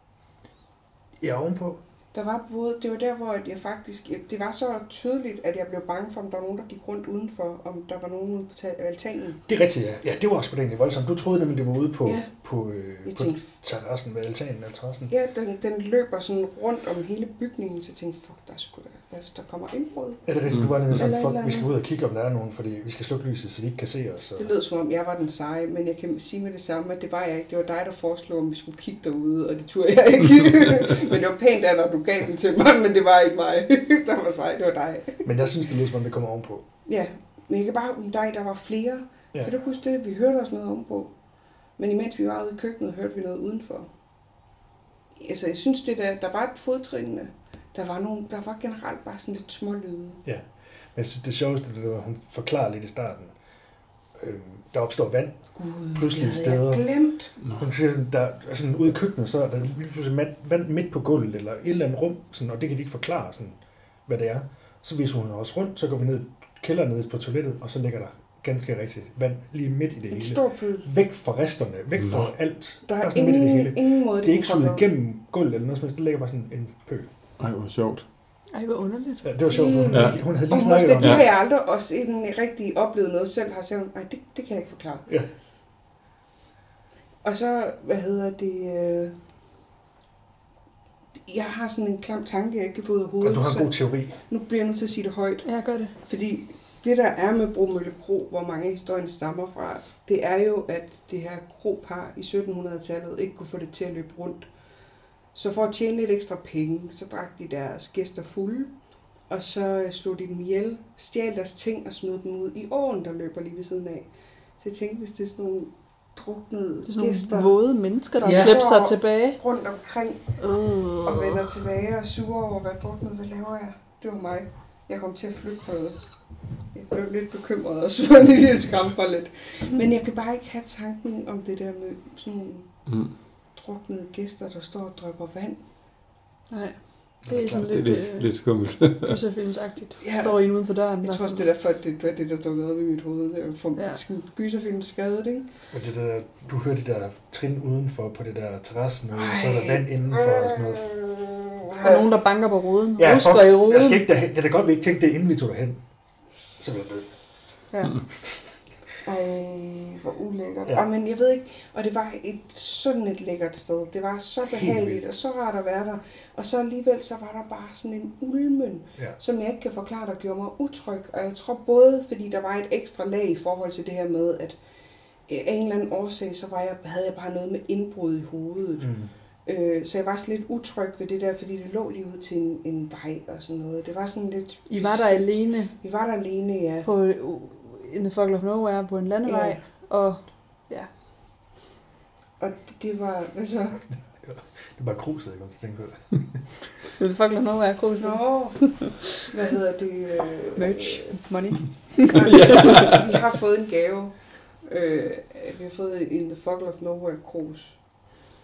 ja ovenpå. Der var både, det var der, hvor jeg faktisk, det var så tydeligt, at jeg blev bange for, om der var nogen, der gik rundt udenfor, om der var nogen ude på ta- altanen. Det er rigtigt, ja. Ja, det var også egentlig voldsomt. Du troede nemlig, det var ude på, Ja. på, øh, Jeg på tænkte, terrassen ved altanen eller terrassen. ja, den, den løber sådan rundt om hele bygningen, så jeg tænkte, fuck, der skulle da, hvad hvis der kommer indbrud? Ja, det er rigtigt. Du var nemlig sådan, Eller et fuck, eller vi skal andet. ud og kigge, om der er nogen, fordi vi skal slukke lyset, så de ikke kan se os. Og... Det lød som om, jeg var den seje, men jeg kan sige med det samme, at det var jeg ikke. Det var dig, der foreslog, om vi skulle kigge derude, og det turde jeg ikke. Men det var pænt af dig, du gav den til mig, men det var ikke mig, der var sej, det var dig. Men jeg synes, det lyder som om, det kommer ovenpå. Ja, men jeg kan bare, dig, der var flere. Ja. Kan du huske det? Vi hørte også noget ovenpå. Men imens vi var ude i køkkenet, hørte vi noget udenfor. Altså, jeg synes, det der, der var et fodtrinene. Der var, nogle, der var generelt bare sådan lidt små lyde. Men jeg synes, det sjoveste, det var, hun forklarer lidt i starten. Øhm, der opstår vand. Gud, Pludselige det havde jeg steder. glemt. Hun siger, der er sådan ude i køkkenet, så er der lige pludselig vand- vand midt på gulvet, eller et eller andet rum, sådan, og det kan de ikke forklare, sådan, hvad det er. Så viser hun os rundt, så går vi ned i kælderen ned på toilettet, og så ligger der ganske rigtigt vand lige midt i det En hele. stor pøl. Væk fra resterne, væk fra Nå. alt. Der er sådan midt i det hele. ingen, ingen måde, Det er ikke kunne komme suget igennem gulvet eller noget som helst, det ligger bare sådan en pøl. ej, hvor sjovt. Ej, hvor underligt. Ja, det var sjovt, hun, Ja. hun havde Og lige hun snakket det, om det det. har jeg aldrig også en rigtig oplevet noget selv, har sagt, nej, det, det kan jeg ikke forklare. Ja. Og så, hvad hedder det, øh, jeg har sådan en klam tanke, jeg ikke kan få ud af hovedet. Og du har en så god teori. nu bliver jeg nødt til at sige det højt. Ja, gør det. Fordi det, der er med Bromølle Kro, hvor mange historien stammer fra, det er jo, at det her kropar i syttenhundredetallet ikke kunne få det til at løbe rundt. Så for at tjene lidt ekstra penge, så drak de deres gæster fulde, og så slog de dem ihjel, stjal deres ting og smed dem ud i åen, der løber lige ved siden af. Så jeg tænkte, hvis det er sådan nogle druknede Det er sådan gæster nogle våde mennesker, der Ja. ja. slipper sig tilbage. rundt omkring Uh. og vender tilbage og sure over, hvad druknet, hvad laver jeg? Det var mig. Jeg kom til at flygte noget. Jeg blev lidt bekymret og så lige det skræmte mig lidt. Men jeg kan bare ikke have tanken om det der med sådan nogle Mm. druknede gæster, der står og drypper vand. Nej, det er sådan Det er lidt, lidt, øh, lidt skummelt. gyserfilmsagtigt. Ja. Står inde uden for døren. Jeg og tror også, sådan- det er derfor, at det var det, der dukkede op i mit hoved. Det var for Ja. ja. sådan gyserfilm skadet, ikke? Og det der, du hører de der trin udenfor på det der terrassen, og så er der vand indenfor og sådan noget. Der er nogen, der banker på ruden. Ja, Rusker fuck, i ruden. jeg skal ikke derhen. Det er da godt, vi ikke tænkte det, inden vi tog derhen. Så vil jeg dø. Ja. Ej, hvor ulækkert. Ja. Ja. Men jeg ved ikke, og det var et sådan et lækkert sted. Det var så behageligt og så rart at være der. Og så alligevel, så var der bare sådan en ulmen, Ja. som jeg ikke kan forklare, der gjorde mig utryg. Og jeg tror både, fordi der var et ekstra lag i forhold til det her med, at af en eller anden årsag, så var jeg, havde jeg bare noget med indbrud i hovedet. Mm. Øh, så jeg var sådan lidt utryg ved det der, fordi det lå lige ud til en, en vej og sådan noget. Det var sådan lidt... I var der alene Vi var der alene, ja. på uh, in the fuck of nowhere på en landevej. Ja. Og ja, Og det var... Hvad så? Det er bare kruset, jeg kom til at tænke på det. in the fuck of nowhere. Cool. Nå, hvad hedder det? Øh, Merch. Money. øh, vi har fået en gave. Øh, vi har fået en The Fuck of Nowhere krus.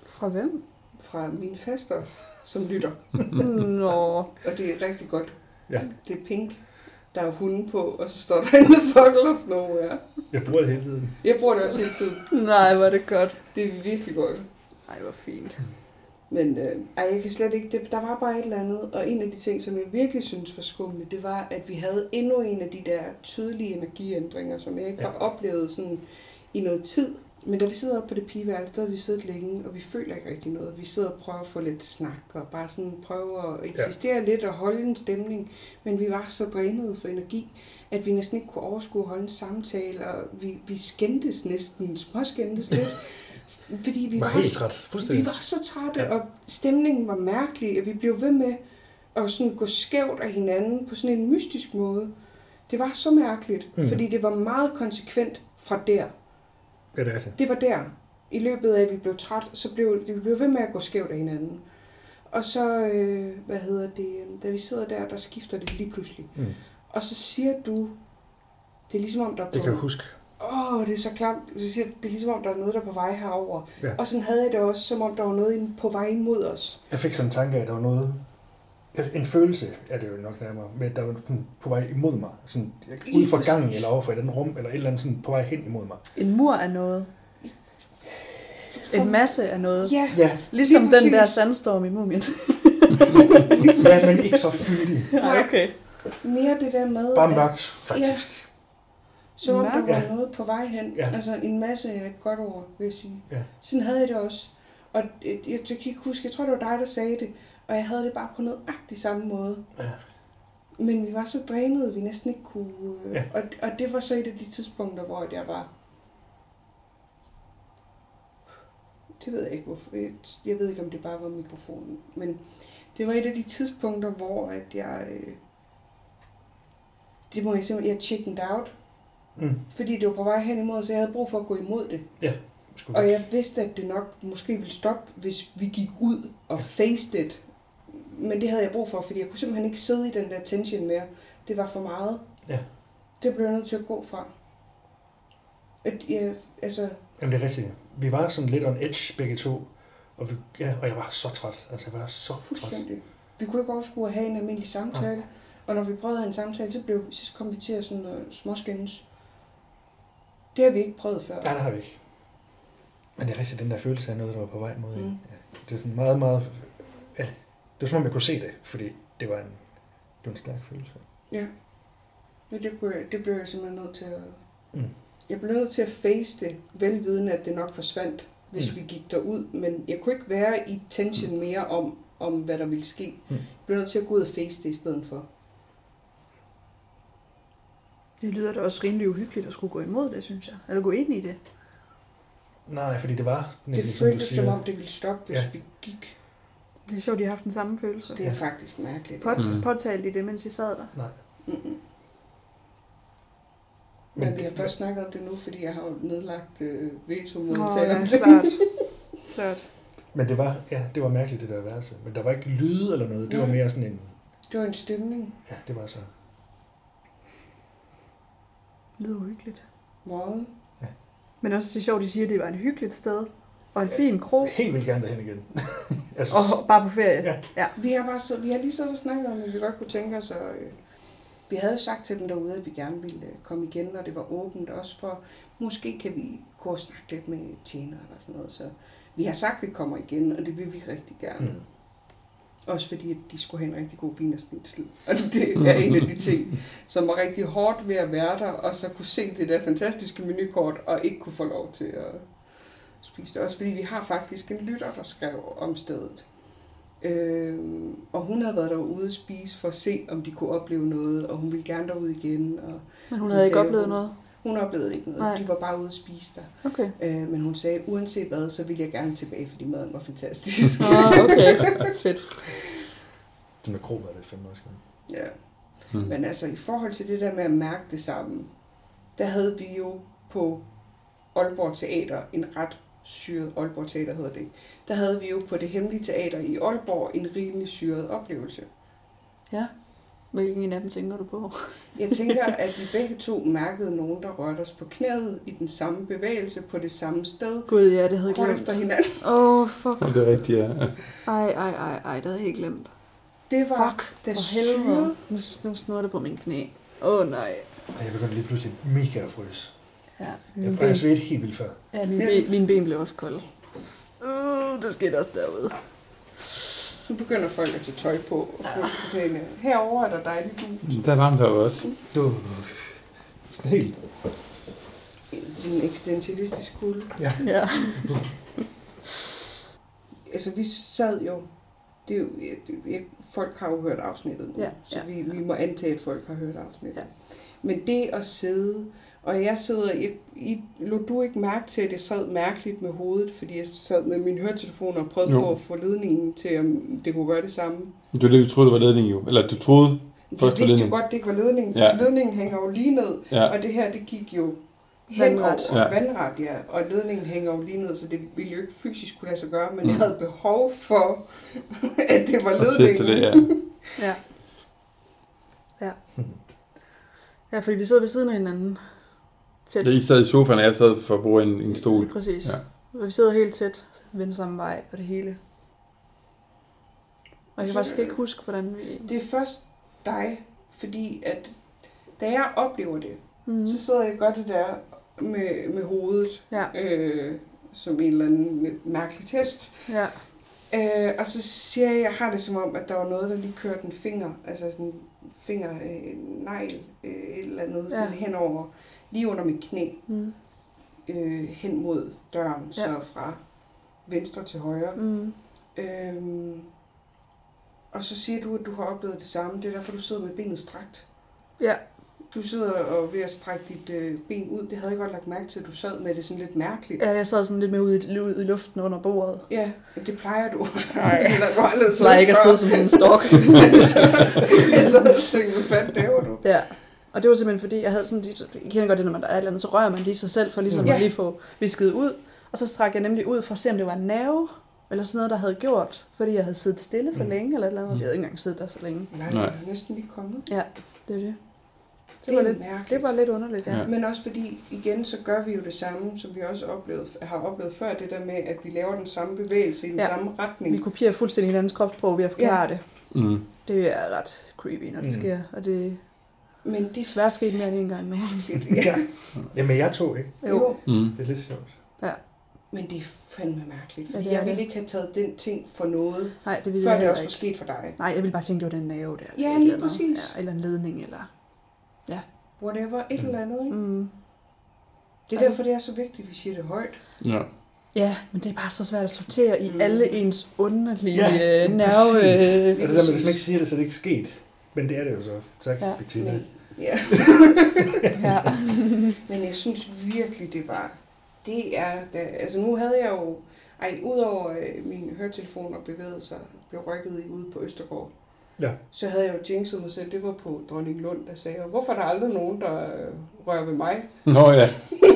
Fra hvem? Fra mine faster, som lytter. Nå. Og det er rigtig godt. Ja. Det er pink. Der er hunden på, og så står der in the fuck of nowhere. Jeg bruger det hele tiden. Jeg bruger det også hele tiden. Nej, hvor er det godt. Det er virkelig godt. Ej, hvor fint. Men øh, ej, jeg kan slet ikke... Det, der var bare et eller andet, og en af de ting, som jeg virkelig synes var skumle, det var, at vi havde endnu en af de der tydelige energiændringer, som jeg ikke ja. har oplevet sådan i noget tid. Men da vi sidder oppe på det pigeværelse, der har vi siddet længe, og vi føler ikke rigtig noget. Vi sidder og prøver at få lidt snak, og bare sådan prøver at eksistere ja. lidt og holde en stemning. Men vi var så drænede for energi, at vi næsten ikke kunne overskue at holde en samtale, og vi, vi skændtes næsten, småskændtes lidt. Fordi vi var, var, helt så, træt. vi var så trætte, ja. og stemningen var mærkelig, og vi blev ved med at sådan gå skævt af hinanden på sådan en mystisk måde. Det var så mærkeligt, mm. fordi det var meget konsekvent fra der. Ja, det er det. Det var der. I løbet af, at vi blev træt, så blev vi blev ved med at gå skævt af hinanden. Og så, øh, hvad hedder det, da vi sidder der, der skifter det lige pludselig. Mm. Og så siger du, det er ligesom om, der er på... Det kan jeg huske. Åh, oh, det er så klamt. Så siger, det er ligesom om, der er noget, der er på vej herover. Ja. Og sådan havde jeg det også, som om der var noget på vej imod os. Jeg fik sådan en tanke af, at der var noget... En følelse er det jo nok nærmere, men der var på vej imod mig. Sådan, ude for gangen, eller overfor et andet rum, eller et eller andet sådan på vej hen imod mig. En mur af noget. En masse af noget. Ja, ja. Ligesom den der sandstorm i Mumien. Ja, men ikke så fyldig. Nej, okay. Mere det der med... Bare mørkt, faktisk. Ja. Så om der var ja. noget på vej hen. Ja. Altså en masse af et godt ord, vil jeg sige. Ja. Sådan havde jeg det også. Og jeg, jeg kan ikke huske, jeg tror det var dig, der sagde det. Og jeg havde det bare på nøjagtigt samme måde. Ja. Men vi var så drænede, vi næsten ikke kunne... Ja. Og, og det var så et af de tidspunkter, hvor jeg var... Det ved jeg ikke, hvorfor. Jeg, jeg ved ikke, om det bare var mikrofonen. Men det var et af de tidspunkter, hvor at jeg... Det må jeg simpelthen... Jeg chickened out. Mm. Fordi det var på vej hen imod, så jeg havde brug for at gå imod det. Ja. Og jeg vidste, at det nok måske ville stoppe, hvis vi gik ud og faced it. Men det havde jeg brug for, fordi jeg kunne simpelthen ikke sidde i den der tension mere. Det var for meget. Ja. Det blev jeg nødt til at gå fra. At, ja, altså... Jamen det er rigtigt. Vi var sådan lidt on edge begge to. Og, vi, ja, og jeg var så træt. Altså jeg var så træt. Vi kunne ikke overskue at have en almindelig samtale. Ja. Og når vi prøvede en samtale, så, blev, så kom vi til at sådan, uh, småskændes. Det har vi ikke prøvet før. Nej, det har vi ikke. Men det er rigtigt, den der følelse af noget, der var på vej mod mm. en. Ja. Det er sådan meget, meget... Ja. Det var som om, jeg kunne se det, fordi det var en, det var en stærk følelse. Ja. Men det, kunne jeg, det blev jeg simpelthen nødt til at... Mm. Jeg blev nødt til at face det, velvidende, at det nok forsvandt, hvis mm. vi gik derud. Men jeg kunne ikke være i tension mm. mere om, om, hvad der ville ske. Mm. Jeg blev nødt til at gå ud og face det i stedet for. Det lyder da også rimelig uhyggeligt at skulle gå imod det, synes jeg. Eller gå ind i det. Nej, fordi det var... Det føltes som, som om, det ville stoppe, hvis ja. vi gik. Det er sjovt, de har haft den samme følelse. Det er faktisk mærkeligt. Pot, mm. Påtalte de det, mens I sad der? Nej. Mm-mm. Men, Men vi har først snakket om det nu, fordi jeg har jo nedlagt øh, veto mod oh, at tale ja, om det. Klart. klart. Men det var, ja, det var mærkeligt, det der værelse. Men der var ikke lyde eller noget. Det ja. var mere sådan en... Det var en stemning. Ja, det var så... Det lyder uhyggeligt. Meget. Ja. Men også det er sjovt, de siger, at det var et hyggeligt sted. Og en fin krog. Jeg helt vildt gerne derhen igen. altså, og bare på ferie. Ja. ja. Vi har bare så, vi har lige så snakket om, at vi godt kunne tænke os, og øh, vi havde jo sagt til dem derude, at vi gerne ville øh, komme igen, når det var åbent. Også for, måske kan vi gå og snakke lidt med tjener eller sådan noget. Så vi har sagt, at vi kommer igen, og det vil vi rigtig gerne. Mm. Også fordi, at de skulle have en rigtig god vinersnitsel. Og det er en af de ting, som var rigtig hårdt ved at være der, og så kunne se det der fantastiske menukort, og ikke kunne få lov til at spise det. Også fordi vi har faktisk en lytter, der skrev om stedet. Øhm, og hun havde været derude at spise for at se, om de kunne opleve noget, og hun ville gerne derud igen. Og men hun havde ikke oplevet hun, noget? Hun oplevede ikke noget. Nej. De var bare ude at spise der. Okay. Øh, men hun sagde, uanset hvad, så ville jeg gerne tilbage, fordi maden var fantastisk. Ah, okay. Fedt. Den med krog var det fandme også. Ja. Hmm. Men altså, i forhold til det der med at mærke det sammen, der havde vi jo på Aalborg Teater, en ret syret, Aalborg Teater hedder det, der havde vi jo på det hemmelige teater i Aalborg en rimelig syret oplevelse. Ja. Hvilken en af dem tænker du på? Jeg tænker, at vi begge to mærkede nogen, der rørte os på knæet i den samme bevægelse på det samme sted. Gud, ja, det havde jeg Kort glemt. efter hinanden. Åh, oh, fuck. Ja, det er rigtigt, ja. Ej, ej, ej, ej, det havde jeg helt glemt. Det var Fuck, det for helvede. Nu, nu snurrer det på min knæ. Åh, oh, nej. Og jeg begyndte lige pludselig mega at fryse. Ja, Jeg, mine jeg ben, svedte helt vildt før. ja, mine, ben, mine ben blev også kolde. Uh, det skete også derude. Nu begynder folk at tage tøj på. Og på herovre er der dejligt ud. Der er varmt herovre også. Du, sådan helt. Sådan en eksistentialistisk kulde. Ja. Ja. Altså, vi sad jo... Det er jo det, jeg, folk har jo hørt afsnittet nu, Ja, så ja. vi, vi må antage, at folk har hørt afsnittet. Ja. Men det at sidde... Og jeg sidder... Jeg, I, lå du ikke mærke til, at jeg sad mærkeligt med hovedet, fordi jeg sad med mine høretelefoner og prøvede Jo. på at få ledningen til, om det kunne gøre det samme. Det var det, vi troede, det var ledning jo. Eller du troede Jeg først var vidste jo ledning. godt, det ikke var ledningen, for Ja. ledningen hænger jo lige ned, Ja. og det her, det gik jo hen over Vandret. Ja. vandret, ja, og ledningen hænger jo lige ned, så det ville jo ikke fysisk kunne lade sig gøre, men Mm. jeg havde behov for, at det var Og ledningen. teste det, ja. Ja. Ja. Ja, fordi vi sidder ved siden af hinanden. Tæt. Ja, I sad i sofaen, og jeg sad for at bruge en, en stol. Lige præcis. Ja. Ja. Vi sidder helt tæt, vender samme vej og det hele. Og jeg kan faktisk ikke huske, hvordan vi... Det er først dig, fordi at da jeg oplever det, Mm. så sidder jeg og gør det der med, med hovedet, Ja, øh, som en eller anden mærkelig test. ja, Øh, og så siger jeg, at jeg har det som om, at der var noget, der lige kørte en finger, altså sådan en finger, øh, negl, øh, et eller andet, Ja. sådan henover, lige under mit knæ, mm. øh, hen mod døren, Ja. så fra venstre til højre. Mm. Øhm, og så siger du, at du har oplevet det samme. Det er derfor, du sidder med benet strakt. Ja, Du sidder og er ved at strække dit øh, ben ud. Det havde jeg godt lagt mærke til, at du sad med det sådan lidt mærkeligt. ja, jeg sad sådan lidt med ud i, ud i luften under bordet. Ja, det plejer du. Nej. du har aldrig Jeg plejer ikke at sidde som sådan en stok. Jeg sad og tænkte, hvad fanden laver du? Ja, og det var simpelthen fordi, jeg havde sådan, jeg kender godt det, når man der er et eller andet, så rører man lige sig selv, for ligesom Ja. at lige få visket ud. Og så strak jeg nemlig ud for at se, om det var en nerve, eller sådan noget, der havde gjort, fordi jeg havde siddet stille for Mm. længe, eller et eller andet. Mm. Jeg havde ikke engang siddet der så længe. Nej, Nej. jeg er næsten lige kommet. Ja, det er det. Det, Det var er lidt, mærkeligt. det var lidt underligt, ja. Ja. Men også fordi, igen, så gør vi jo det samme, som vi også oplevede, har oplevet før, det der med, at vi laver den samme bevægelse i den Ja. samme retning. Vi kopierer fuldstændig hinandens kropssprog ved at forklare Ja. det. Mm. Det er ret creepy, når det Mm. sker. Og det Men det er er svært sket mere end en gang nu. Ja. Jamen, jeg tog ikke. Jo. Mm. Det er lidt sjovt. Men det er fandme mærkeligt, Ja, fordi det er jeg ville det. ikke have taget den ting for noget, Nej, det ville før jeg det heller også var ikke. sket for dig. Nej, jeg ville bare tænke, det var den nerve der. Ja, eller et lige eller andet. præcis. Ja, eller en ledning, eller... Whatever, et eller andet, ikke? Mm. Det er derfor, det er så vigtigt, at vi siger det højt. Ja. Ja, men det er bare så svært at sortere i Mm. alle ens underlige Ja, øh, nerve... præcis. Øh, Og det der med, hvis man ikke siger det, så er det ikke sket. Men det er det jo så. Tak, Ja. Bettina. Men, ja. ja. Men jeg synes virkelig, det var... Det er... Da, altså nu havde jeg jo... Ej, udover øh, mine høretelefoner bevægede sig, blev rykket i ude på Østergaard, Ja. så havde jeg jo jinxet mig selv. Det var på Dronning Lund, der sagde, hvorfor er der aldrig nogen, der øh, rører ved mig? Nå ja.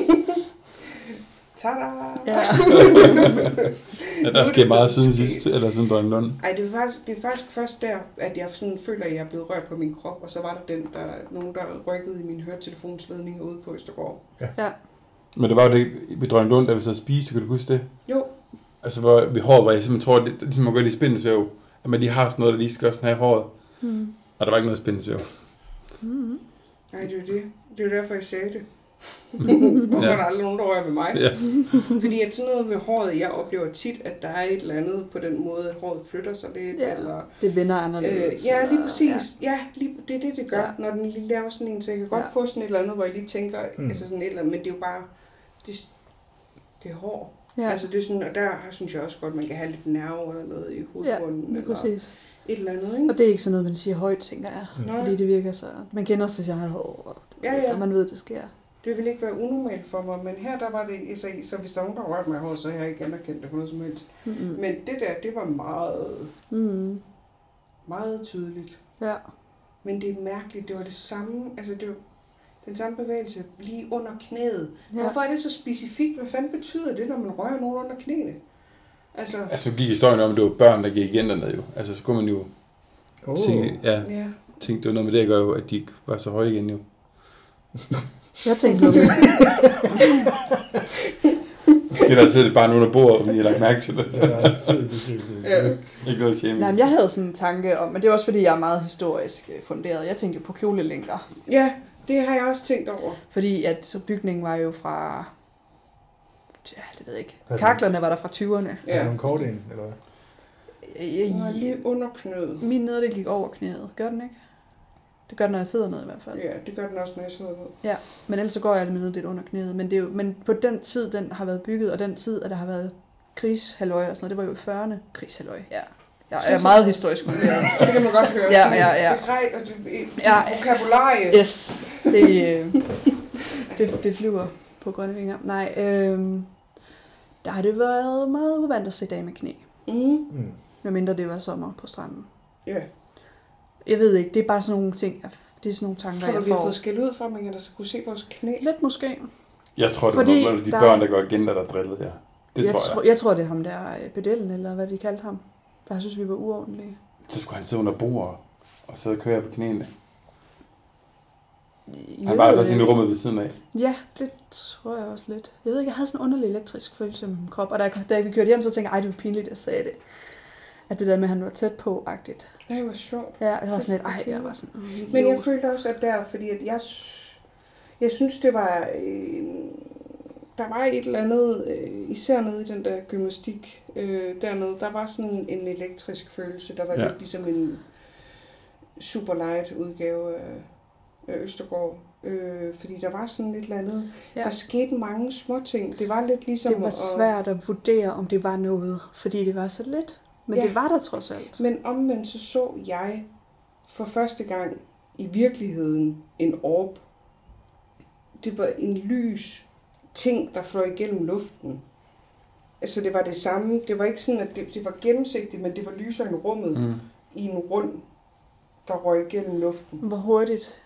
Tada! Ja. Ja, der sker meget siden sidst, eller siden Dronning Lund. Ej, det er, faktisk, det er faktisk først der, at jeg sådan føler, at jeg er blevet rørt på min krop, og så var der den, der nogen, der rykkede i min høretelefonsledning ude på Østergaard. ja. Men det var jo det ved Dronning Lund, da vi sad og spiste, kan du huske det? Jo, Altså, hvor vi håret var, jeg simpelthen tror, det, det, ligesom man gør i spindesvæv, at man lige har sådan noget, der lige skal også have i håret. Mm. Og der var ikke noget spindesvæv. Mm. nej, det er jo det. Det er jo derfor, jeg sagde det. Hvorfor Ja. er der aldrig nogen, der rører ved mig? Ja. Fordi at sådan noget ved håret, jeg oplever tit, at der er et eller andet på den måde, at håret flytter sig lidt, Ja. eller... Det vender Øh, anderledes. ja, lige eller- præcis. Ja, lige, det er det, det gør, Ja. når den lige laver sådan en, så jeg kan godt Ja. få sådan et eller andet, hvor jeg lige tænker, Mm. altså sådan et eller andet, men det er jo bare, det, det er hår. Ja, Ja. Altså det er sådan, og der synes jeg også godt, man kan have lidt nerve eller noget i ja, hovedbunden, lige eller præcis. et eller andet, ikke? Og det er ikke sådan noget, man siger højt, tænker jeg. Nej. Fordi det virker så... Man kender sig sit eget hår, og, Ja, ja. og man ved, det sker. Det ville ikke være unormalt for mig, men her der var det, så, så hvis der er nogen, der rørte mig i håret, så har jeg ikke anerkendt det for noget som helst. Mm-mm. Men det der, det var meget, Mm. meget tydeligt. Ja. Men det er mærkeligt, det var det samme, altså det var den samme bevægelse lige under knæet. Ja. Hvorfor er det så specifikt? Hvad fanden betyder det, når man rører nogen under knæene? Altså, Altså, gik historien om, at det var børn, der gik igen dernede jo. Altså, så kunne man jo Oh. sige, ja. ja. tænkte, det var noget med det, at gøre jo, at de ikke var så høje igen jo. Jeg tænkte noget med. Måske der sidder bare nogen, der bor, og vi har lagt mærke til det. Det er en fed beskrivelse. Ja. Ikke noget shame. Nej, men jeg havde sådan en tanke om, men det er også fordi, jeg er meget historisk øh, funderet. Jeg tænkte jo på kjolelængder. Ja, det har jeg også tænkt over. Fordi at så bygningen var jo fra... Ja, det ved jeg ikke. Hvad er det? Kaklerne var der fra tyverne. Er der Ja. nogle kort en, eller hvad? Den var lige under knødet. Min nederdel gik over knæet. Gør den ikke? Det gør den, når jeg sidder ned i hvert fald. Ja, det gør den også, når jeg sidder ned. Men ellers så går jeg altid med nederdel under knæet. Men, det er jo, men på den tid, den har været bygget, og den tid, at der har været krigshalløj og sådan noget, det var jo i fyrrerne. Krigshalløj, ja. Jeg er meget historisk funderet. Det kan man godt høre. Ja, ja, ja. Begreb, altså, et Ja. vokabularie. Yes, det, øh, det, det flyver på grønne vinger. Nej, øh, der har det været meget uvant at se dage med knæ. Mm. Mm. Medmindre det var sommer på stranden. Ja. Jeg ved ikke, det er bare sådan nogle ting, jeg- det er sådan nogle tanker, Tror du, jeg vi har får. fået skæld ud for, at man kan kunne se vores knæ? Lidt måske. Jeg tror, det Fordi var de der- børn, der går agenter, der drillede her. Det jeg, tror jeg. Tror, jeg tror, det er ham der, øh, pedellen, eller hvad de kaldte ham. Der synes, vi var uordentlige. Så skulle han sidde under bordet og sidde og køre på knæene. Jeg Han var ved altså inde i ikke. rummet ved siden af. Ja, det tror jeg også lidt. Jeg ved ikke, jeg havde sådan en underlig elektrisk følelse med min krop. Og da, jeg, da vi kørte hjem, så tænkte jeg, ej, det var pinligt, jeg sagde det. At det der med, at han var tæt på-agtigt. Nej, det var sjovt. Ja, jeg var sådan lidt, ej, jeg var sådan, mm, idiot. Men jeg følte også, at der, fordi at jeg, s- jeg synes, det var, øh, der var et eller andet, øh, især nede i den der gymnastik øh, dernede, der var sådan en elektrisk følelse, der var Ja. ja. lidt ligesom en super light udgave af, af Østergaard. Øh, fordi der var sådan et eller andet, Ja. ja. Der skete mange små ting. Det var lidt ligesom Det var at- svært at vurdere, om det var noget, fordi det var så let. Men Ja. det var der trods alt. Men omvendt så så jeg for første gang i virkeligheden en orb. Det var en lys ting, der fløj igennem luften. Altså det var det samme. Det var ikke sådan, at det, det var gennemsigtigt, men det var lysere end rummet Mm. i en rund, der røg igennem luften. Hvor hurtigt.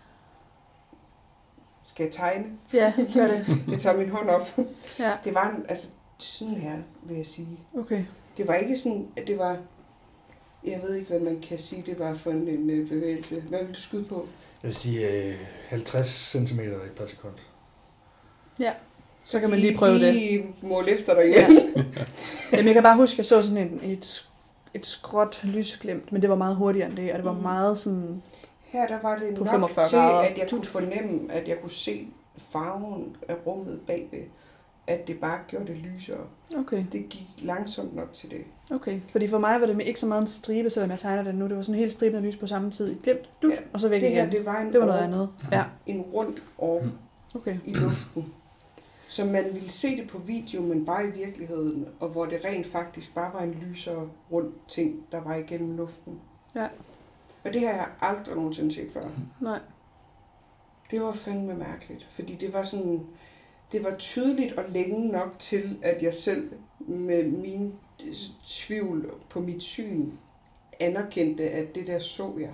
Skal jeg tegne? Ja, gør det. Jeg tager min hånd op. Ja, Det var en, altså sådan her, vil jeg sige. okay. Det var ikke sådan, at det var... Jeg ved ikke, hvad man kan sige, det var for en, en øh, bevægelse. Hvad vil du skyde på? Jeg vil sige øh, halvtreds centimeter per sekund. Ja, så kan man lige prøve det. Lige mål efter dig Ja. igen. Jamen, jeg kan bare huske, at jeg så sådan en, et, et skråt lysglimt, men det var meget hurtigere end det, og det var Mm. meget sådan... Her der var det På nok femogfyrre til, grader. at jeg kunne fornemme, at jeg kunne se farven af rummet bagved. At det bare gjorde det lysere. Okay, Det gik langsomt nok til det. okay. Fordi for mig var det ikke så meget en stribe, selvom jeg tegner den nu. Det var sådan en helt stribe af lys på samme tid. Et glimt, dut, Ja, og så væk Det her, igen. det var en Det var noget orb, andet. Ja, en rund orb okay. i luften. Så man ville se det på video, men bare i virkeligheden. Og hvor det rent faktisk bare var en lysere rund ting, der var igennem luften. Ja. Og det har jeg aldrig nogensinde set før. Nej. Det var fandme mærkeligt, fordi det var sådan, det var tydeligt og længe nok til, at jeg selv med min tvivl på mit syn anerkendte, at det der så jeg.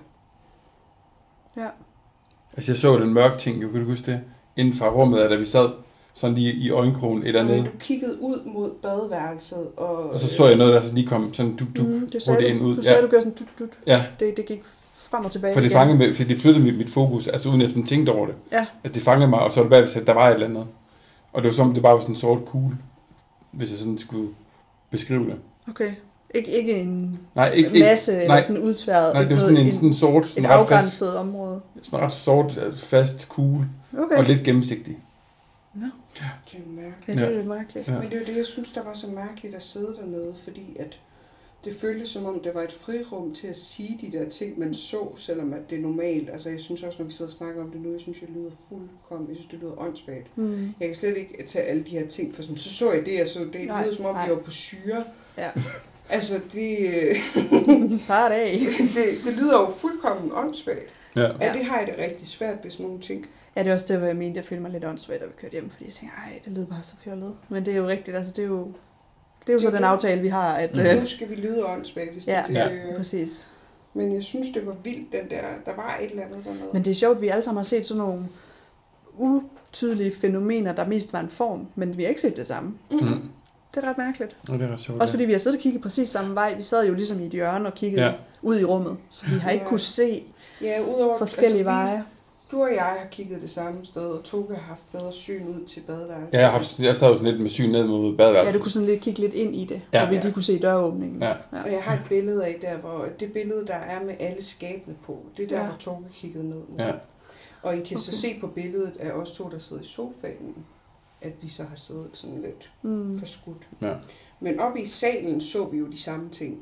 Ja. Altså jeg så den mørke ting, jo, kan du huske det? Inden fra rummet, da vi sad sådan lige i øjenkrogen et eller Og andet. du kiggede ud mod badeværelset, og, Og så så jeg noget, der så lige kom sådan duk duk. Mm, det sagde hurtigt du. ind ud. Du sagde, Ja. du gør sådan dut, dut. Ja, Det, det gik frem og tilbage for det igen. fangede med, for det flyttede mit, mit fokus, altså uden at jeg sådan tænkte over det. Ja. At det fangede mig, og så var det bare, at der var et eller andet. Og det var som, det bare var sådan en sort kugle, hvis jeg sådan skulle beskrive det. Okay. Ik- ikke en Nej, ikke, ikke masse, eller nej. sådan udtværet. nej, det var noget- sådan en, sådan en sort, et sådan ret fast, afgrænset område. sådan ret sort, altså fast kugle, Okay. og lidt gennemsigtig. det er mærkeligt. Ja, det er Ja. lidt mærkeligt. Ja. Men det var det, jeg synes, der var så mærkeligt at sidde dernede, fordi at det føltes som om, det var et frirum til at sige de der ting, man så, selvom at det er normalt. Altså jeg synes også, når vi sidder og snakker om det nu, jeg synes, det lyder fuldkommen, jeg synes, det lyder åndssvagt. Mm. Jeg kan slet ikke tage alle de her ting, for sådan, så så jeg det, og så det, det Nej, lyder som om, nej. vi var på syre. Ja. Altså det, Par dag. det, det lyder jo fuldkommen åndssvagt. Ja. Ja. Og det har jeg det rigtig svært ved sådan nogle ting. Ja, det er også det, hvor jeg mente, jeg følte mig lidt åndssvagt, da vi kørte hjem, fordi jeg tænkte, ej, det lyder bare så fjollet. Men det er jo rigtigt, altså det er jo, det er jo Det så er den det. aftale, vi har, at... Mm. Øh, Nu skal vi lyde åndssvagt, hvis ja, det er det. ja, præcis. Men jeg synes, det var vildt, den der, der var et eller andet dernede. Men det er sjovt, at vi alle sammen har set sådan nogle utydelige fænomener, der mest var en form, men vi har ikke set det samme. Mm. Det er ret mærkeligt. Og det er ret sjovt. Også fordi vi har siddet og kigget præcis samme vej. Vi sad jo ligesom i et hjørne og kiggede Ja. ud i rummet, så vi har ikke Ja. kunne se Ja, udover forskellige altså, vi- veje. Du og jeg har kigget det samme sted, og Toge har haft bedre syn ud til badeværelset. Ja, jeg, har haft, jeg sad jo sådan lidt med syn ned mod Ja, badeværelset. du kunne sådan lidt kigge lidt ind i det, Ja. og vi Ja. lige kunne se døråbningen. Ja. Og jeg har et billede af der, hvor det billede, der er med alle skabene på, det er der, Ja. hvor Toge kiggede ned. Ja. Og I kan så Okay. se på billedet af os to, der sidder i sofaen, at vi så har siddet sådan lidt Mm. forskudt. Ja. Men oppe i salen så vi jo de samme ting.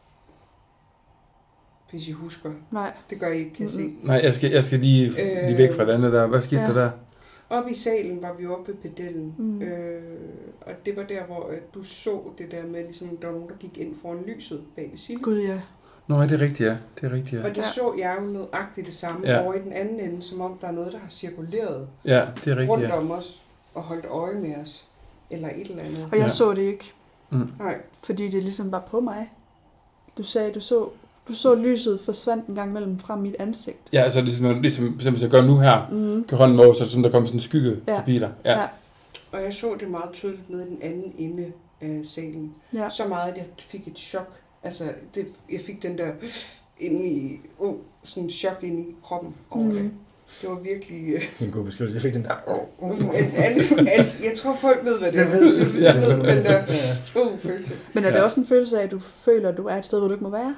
Hvis I husker. Nej. Det gør I ikke, kan jeg se. Nej, jeg skal, jeg skal lige, Øh, lige væk fra det andet der. Hvad skete ja. der der? Oppe i salen var vi oppe ved pedellen. Mm. Øh, og det var der, hvor øh, du så det der med, ligesom der var nogen, der gik ind foran lyset bag ved Silje. Gud, ja. Nå, det er rigtigt, ja. Det er rigtigt, ja. Og det Ja. så jeg jo nøjagtigt det samme Ja. ja. over i den anden ende, som om der er noget, der har cirkuleret Ja, det er rigtigt, rundt ja. om os og holdt øje med os. Eller et eller andet. Og jeg Ja. så det ikke, Mm. Nej, fordi det ligesom var på mig. Du sagde, du så, du så lyset forsvandt en gang mellem fra mit ansigt. Ja, altså ligesom, ligesom, som hvis jeg gør nu her, Mm. kan hånden over, så er det som, der kommer sådan en skygge Ja. forbi dig. Ja. Ja. og jeg så det meget tydeligt nede i den anden ende af salen. Ja. Så meget, at jeg fik et chok. Altså, det, jeg fik den der ind i, oh, sådan en chok ind i kroppen over Mm. det. Det var virkelig... øh, Det er en god beskrivelse. Jeg fik den der... Oh, oh. Um, alle, alle, jeg tror, folk ved, hvad det er. Jeg ved, De ja. ved den der Ja. uh, følelse. Men er det Ja. også en følelse af, at du føler, at du er et sted, hvor du ikke må være?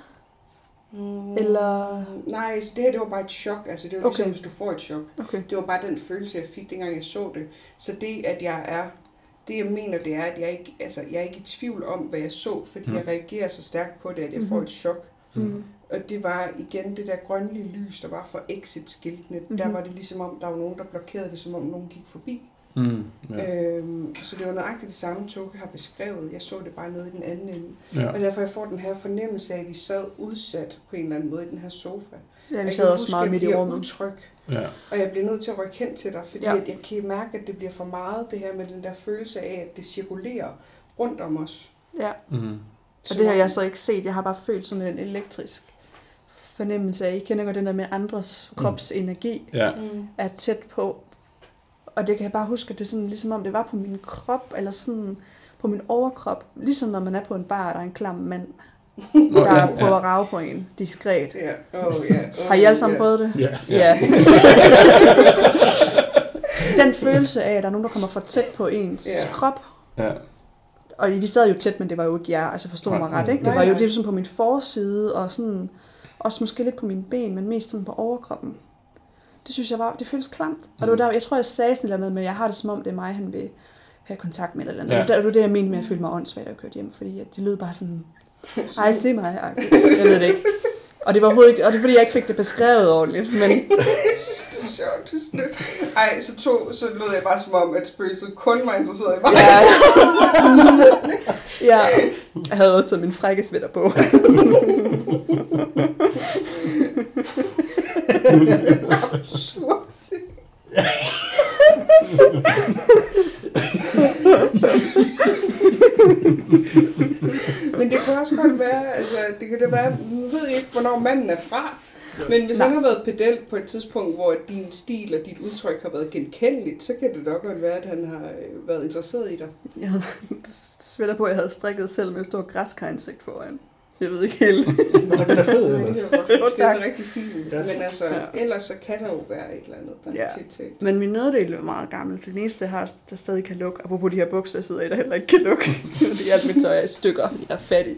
Mm, Eller- Nej, så det her det var bare et chok. Altså, det var ligesom, Okay. hvis du får et chok. Okay. Det var bare den følelse, jeg fik, dengang jeg så det. Så det, at jeg er... Det, jeg mener, det er, at jeg ikke, altså, jeg er ikke i tvivl om, hvad jeg så, fordi Mm. jeg reagerer så stærkt på det, at jeg får Mhm. et chok. Mm. Og det var igen det der grønlige lys, der var for exit-skiltene. Mhm. Der var det ligesom om, der var nogen, der blokerede det, som om nogen gik forbi. Mm. Ja. Øhm, så det var nøjagtigt det samme, Toge har beskrevet. Jeg så det bare nede i den anden ende. Ja. Og derfor jeg får den her fornemmelse af, at vi sad udsat på en eller anden måde i den her sofa. Ja, vi Jeg sad kan også huske, meget jeg midt i bliver rummet. utryg, Ja. og jeg bliver nødt til at rykke hen til dig, fordi Ja. ja. at jeg kan mærke, at det bliver for meget, det her med den der følelse af, at det cirkulerer rundt om os. Ja, Mm. og det har jeg så ikke set. Jeg har bare følt sådan en elektrisk fornemmelse af, I kender godt den der med andres kropsenergi Ja. Mm. er tæt på. Og det kan jeg bare huske, at det er sådan, ligesom om det var på min krop, eller sådan på min overkrop. Ligesom når man er på en bar, og der er en klam mand, Nå, der ja, prøver ja. at rave på en diskret. Ja, oh, ja, oh, Har I alle sammen ja. prøvet det? Ja. Ja. Den følelse af, at der er nogen, der kommer for tæt på ens Ja. krop. Ja. Og vi sad jo tæt, men det var jo ikke jer, altså forstå Nej. mig ret, ikke? Det Nej, var jo nej. det ligesom på min forside, og sådan, også måske lidt på mine ben, men mest sådan på overkroppen. Det synes jeg var, det føles klamt. Og det var der, jeg tror, jeg sagde sådan noget med, at jeg har det som om, det er mig, han vil have kontakt med, eller andet. Ja. Ja. Det var det, jeg mente med at føle mig åndssvagt, da jeg kørte hjem, fordi at det lød bare sådan, ej, se mig, ej. Jeg ved det ikke. Og det var overhovedet ikke, og det er fordi, jeg ikke fik det beskrevet ordentligt, men Jeg synes, det er sjovt. Det er sådan lidt- Ej, så, tog, så lød jeg bare som om, at spøgelset kun var interesseret i mig. ja. ja. Jeg havde også taget min frække sweater på. Absurd. Men det kan også godt være, altså, det kan da være, nu ved jeg ikke, hvornår manden er fra, men hvis Nej. han har været pedel på et tidspunkt, hvor din stil og dit udtryk har været genkendeligt, så kan det da godt være, at han har øh, været interesseret i dig. Jeg havde sweater på, jeg havde strikket selv med et stort græskaransigt foran. Jeg ved ikke helt. Nå, den er fed, Det ellers. er, Jo, det er tak. rigtig fint, Ja. men altså, Ja. ellers så kan der jo være et eller andet, der Ja. er tiltalt. Men min nederdel er meget gammel. Den eneste, jeg har, der stadig kan lukke. Apropos de her bukser, jeg sidder i, der heller ikke kan lukke. Fordi alt mit tøj er i stykker. Jeg er fattig.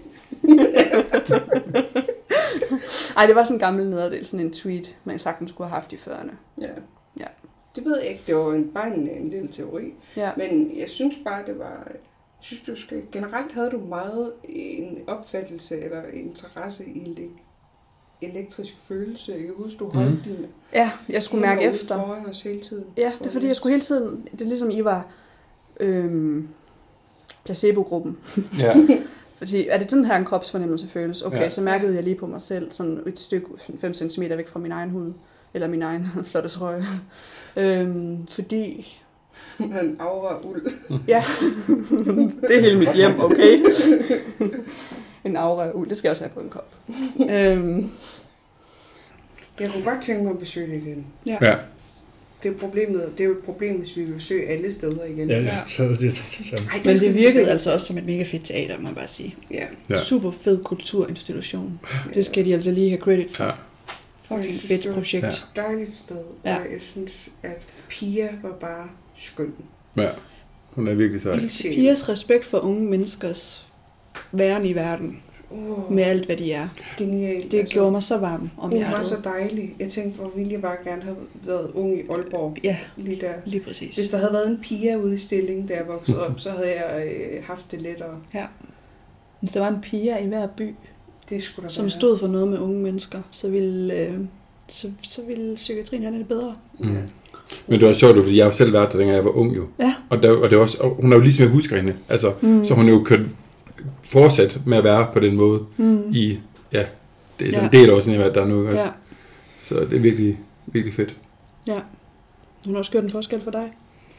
Ej, det var sådan en gammel nederdel. Sådan en tweet, man sagtens skulle have haft i fyrrerne. Ja. Ja. Det ved jeg ikke, det var en, bare en, en lille teori. Ja. Men jeg synes bare, det var... Jeg synes, du skal... Generelt havde du meget en opfattelse eller interesse i ele- elektrisk følelse. Jeg kan huske, du holdt Mhm. din... Ja, jeg skulle mærke hænder ude efter. foran os hele tiden. Ja, For det er at fordi, jeg vise- skulle hele tiden... Det er ligesom, I var øhm, placebo-gruppen. Ja. Fordi, er det sådan her en kropsfornemmelse føles? Okay, Ja. ja. Så mærkede jeg lige på mig selv, sådan et stykke fem centimeter væk fra min egen hud. Eller min egen flotte trøje. øhm, fordi... Han aura uld. Ja, det er hele mit hjem, okay? En aura af uld, det skal jeg også have på en kop. øhm, Jeg kunne godt tænke mig at besøge det igen. Ja. Det er, problemet, det er jo et problem, hvis vi vil søge alle steder igen. Ja, ja. Så det, det, det samme. Ej, Men skal det vi virkede tilbage. altså også som et mega fedt teater, må jeg bare sige. Ja. Ja. Super fed kulturinstitution. Det skal de altså lige have credit for. Ja. Fucking Jeg synes, fedt det var projekt. Ja. et dejligt sted, Ja. og jeg synes, at Pia var bare skøn. Ja. Hun er virkelig sej. Ildsjæl. Piers respekt for unge menneskers væren i verden, Åh, med alt hvad de er. genialt. Det gjorde mig så varm om Hun var hjertet. så dejlig. Jeg tænkte, hvor ville jeg bare gerne have været ung i Aalborg. Ja, Lige der. lige præcis. Hvis der havde været en Pia ude i stilling, da jeg voksede op, så havde jeg øh, haft det lettere. Hvis der var en Pia i hver by, Det skulle der som være. stod for noget med unge mennesker, så ville, øh, så, så ville psykiatrien have det bedre. Ja. Men det var sjovt, fordi jeg har jo selv været der, dengang jeg var ung jo. Ja. Og, der, og det var også, og hun er jo ligesom jeg husker hende. Altså, Mm. så hun er jo kørt fortsat med at være på den måde Mm. i, ja, det er sådan Ja. en del af sådan, at der er nu også. Ja, Så det er virkelig, virkelig fedt. ja. Hun har også gjort en forskel for dig.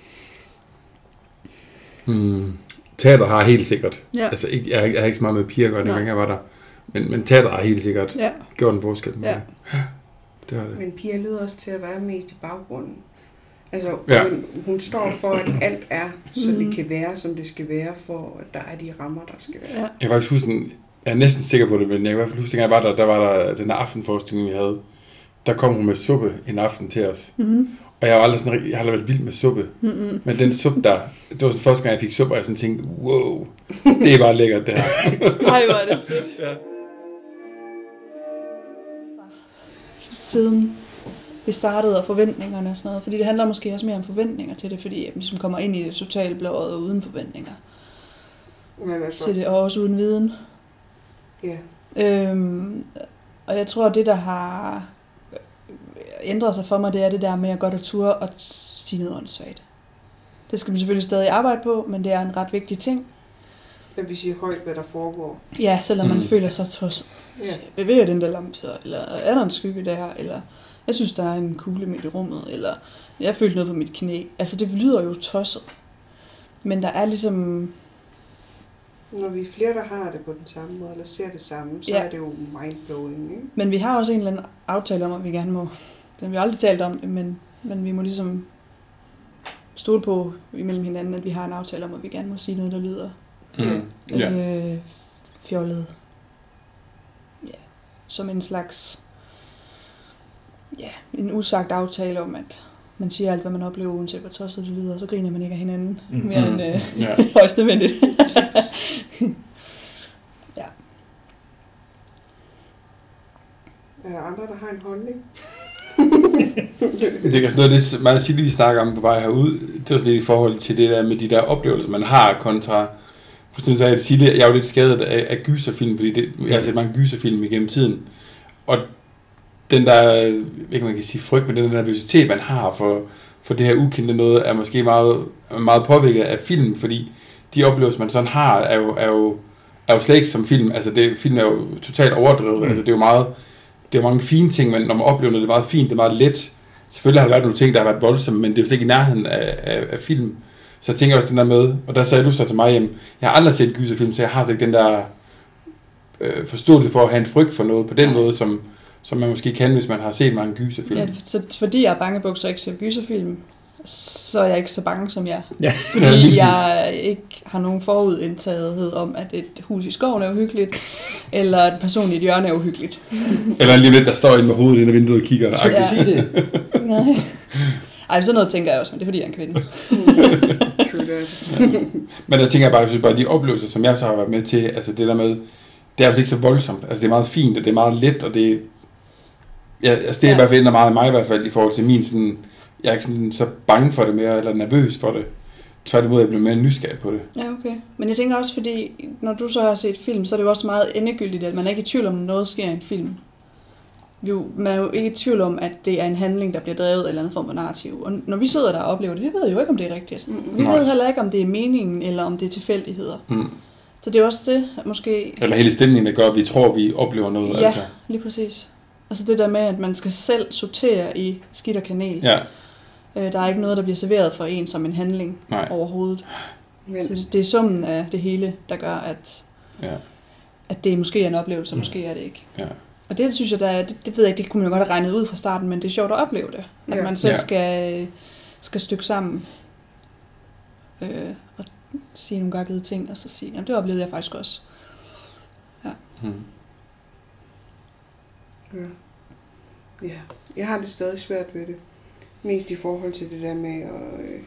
Hmm. Teater har helt sikkert, Ja. altså ikke, jeg, jeg har ikke så meget med piger at gøre, Nej. dengang jeg var der. Men, men teater har helt sikkert Ja. gjort en forskel med Ja. mig. Det har det. Men Pia lyder også til at være mest i baggrunden. Altså, Ja. hun, hun står for, at alt er, så Mhm. det kan være, som det skal være, for at der er de rammer, der skal være. Ja. Jeg kan faktisk huske, en- jeg er næsten sikker på det, men jeg kan i hvert fald huske, at jeg var der, der var der den der aftenforestilling, vi havde. Der kom hun med suppe en aften til os. Mm-hmm. Og jeg har aldrig, sådan, rigtig- jeg har aldrig været vild med suppe. Mm-hmm. Men den suppe der, det var sådan første gang, jeg fik suppe, og jeg sådan tænkte, wow, det er bare lækkert det her. Ej, hvor er det sødt. Ja. Siden vi startede, og forventningerne og sådan noget. Fordi det handler måske også mere om forventninger til det, fordi vi ligesom kommer ind i det totalt blåret og uden forventninger Men altså, til det, og også uden viden. ja. Øhm, og jeg tror, det der har ændret sig for mig, det er det der med at godt at ture og sige noget åndssvagt. Det skal man selvfølgelig stadig arbejde på, men det er en ret vigtig ting. At vi siger højt, hvad der foregår. Ja, selvom man Mm. føler sig tosset. Ja. Bevæger den der lampe så, eller er der en skygge der, eller jeg synes, der er en kugle midt i rummet, eller jeg følte noget på mit knæ. Altså, det lyder jo tosset. Men der er ligesom... Når vi er flere, der har det på den samme måde, eller ser det samme, så Ja. er det jo mindblowing, ikke? Men vi har også en eller anden aftale om, at vi gerne må... Den vi har aldrig talt om det, men, men vi må ligesom stole på imellem hinanden, at vi har en aftale om, at vi gerne må sige noget, der lyder Mm. Ja. øh, fjollet. Ja, som en slags... Ja, en usagt aftale om, at man siger alt, hvad man oplever, uanset hvor tosset det lyder, og så griner man ikke af hinanden. Mm. Mere Mm. end øh, Ja. højst nødvendigt. ja. Er der andre, der har en holdning? Det er sådan noget, det meget Silje, vi snakker om på vej herud, det er sådan lidt i forhold til det der med de der oplevelser, man har kontra... For eksempel sagde jeg, Silje, jeg er jo lidt skadet af, af gyserfilm, fordi det, jeg har set mange gyserfilm igennem tiden. Og den der, ikke man kan sige frygt, men den der nervøsitet, man har for, for det her ukendte noget, er måske meget, meget påvirket af film, fordi de oplevelser, man sådan har, er jo, er jo, er jo slet ikke som film. Altså, det, film er jo totalt overdrevet. Mm. Altså, det er jo meget... Det er mange fine ting, men når man oplever noget, det er meget fint, det er meget let. Selvfølgelig har der været nogle ting, der har været voldsomme, men det er jo slet ikke i nærheden af, af, af film. Så jeg tænker også den der med, og der sagde du så til mig, jamen, jeg har aldrig set gyserfilm, så jeg har ikke den der øh, forståelse for at have en frygt for noget på den måde, som, som man måske kan, hvis man har set mange gyserfilm. Ja, så fordi jeg er bangebukser og ikke ser gyserfilm, så er jeg ikke så bange som jeg. Ja. Fordi Ja, lige præcis. jeg ikke har nogen forudindtagethed om, at et hus i skoven er uhyggeligt, eller at en person i et hjørne er uhyggeligt. Eller lige lidt, der står inde med hovedet ind ad vinduet og kigger. Så kan Ja. vi sige det. Nej. Ej, sådan noget tænker jeg også, men det er fordi, jeg er en kvinde. True that. Men der tænker jeg bare, jeg synes bare, de oplevelser, som jeg så har været med til, altså det der med, det er altså ikke så voldsomt. Altså det er meget fint, og det er meget let, og det, ja, altså det er Ja. i hvert fald ændrer meget af mig i hvert fald, i forhold til min sådan, jeg er ikke sådan så bange for det mere, eller nervøs for det. Tværtimod, jeg bliver mere nysgerrig på det. Ja, okay. Men jeg tænker også, fordi når du så har set film, så er det jo også meget endegyldigt, at man er ikke i tvivl om, når noget sker i en film. Vi jo, man er jo ikke i tvivl om, at det er en handling, der bliver drevet af en eller anden form for narrativ. Og når vi sidder der og oplever det, vi ved jo ikke, om det er rigtigt. Mm-mm. Vi Nej. ved heller ikke, om det er meningen, eller om det er tilfældigheder. Mm. Så det er også det, at måske... Eller hele stemningen, der gør, at vi tror, at vi oplever noget. Ja, Altså. lige præcis. Altså det der med, at man skal selv sortere i skidt og kanel. Ja, Øh, der er ikke noget, der bliver serveret for en som en handling nej. overhovedet. Men Så det, det er summen af det hele, der gør, at, Ja. at det måske er en oplevelse, og måske er det ikke. Og det synes jeg, der, det, det ved jeg ikke, det kunne man jo godt have regnet ud fra starten, men det er sjovt at opleve det. At Ja. man selv Ja. skal, skal stykke sammen øh, og sige nogle gakkede ting, og så sige, jamen det oplevede jeg faktisk også. Hmm. Ja. Ja, jeg har det stadig svært ved det. Mest i forhold til det der med at... Øh...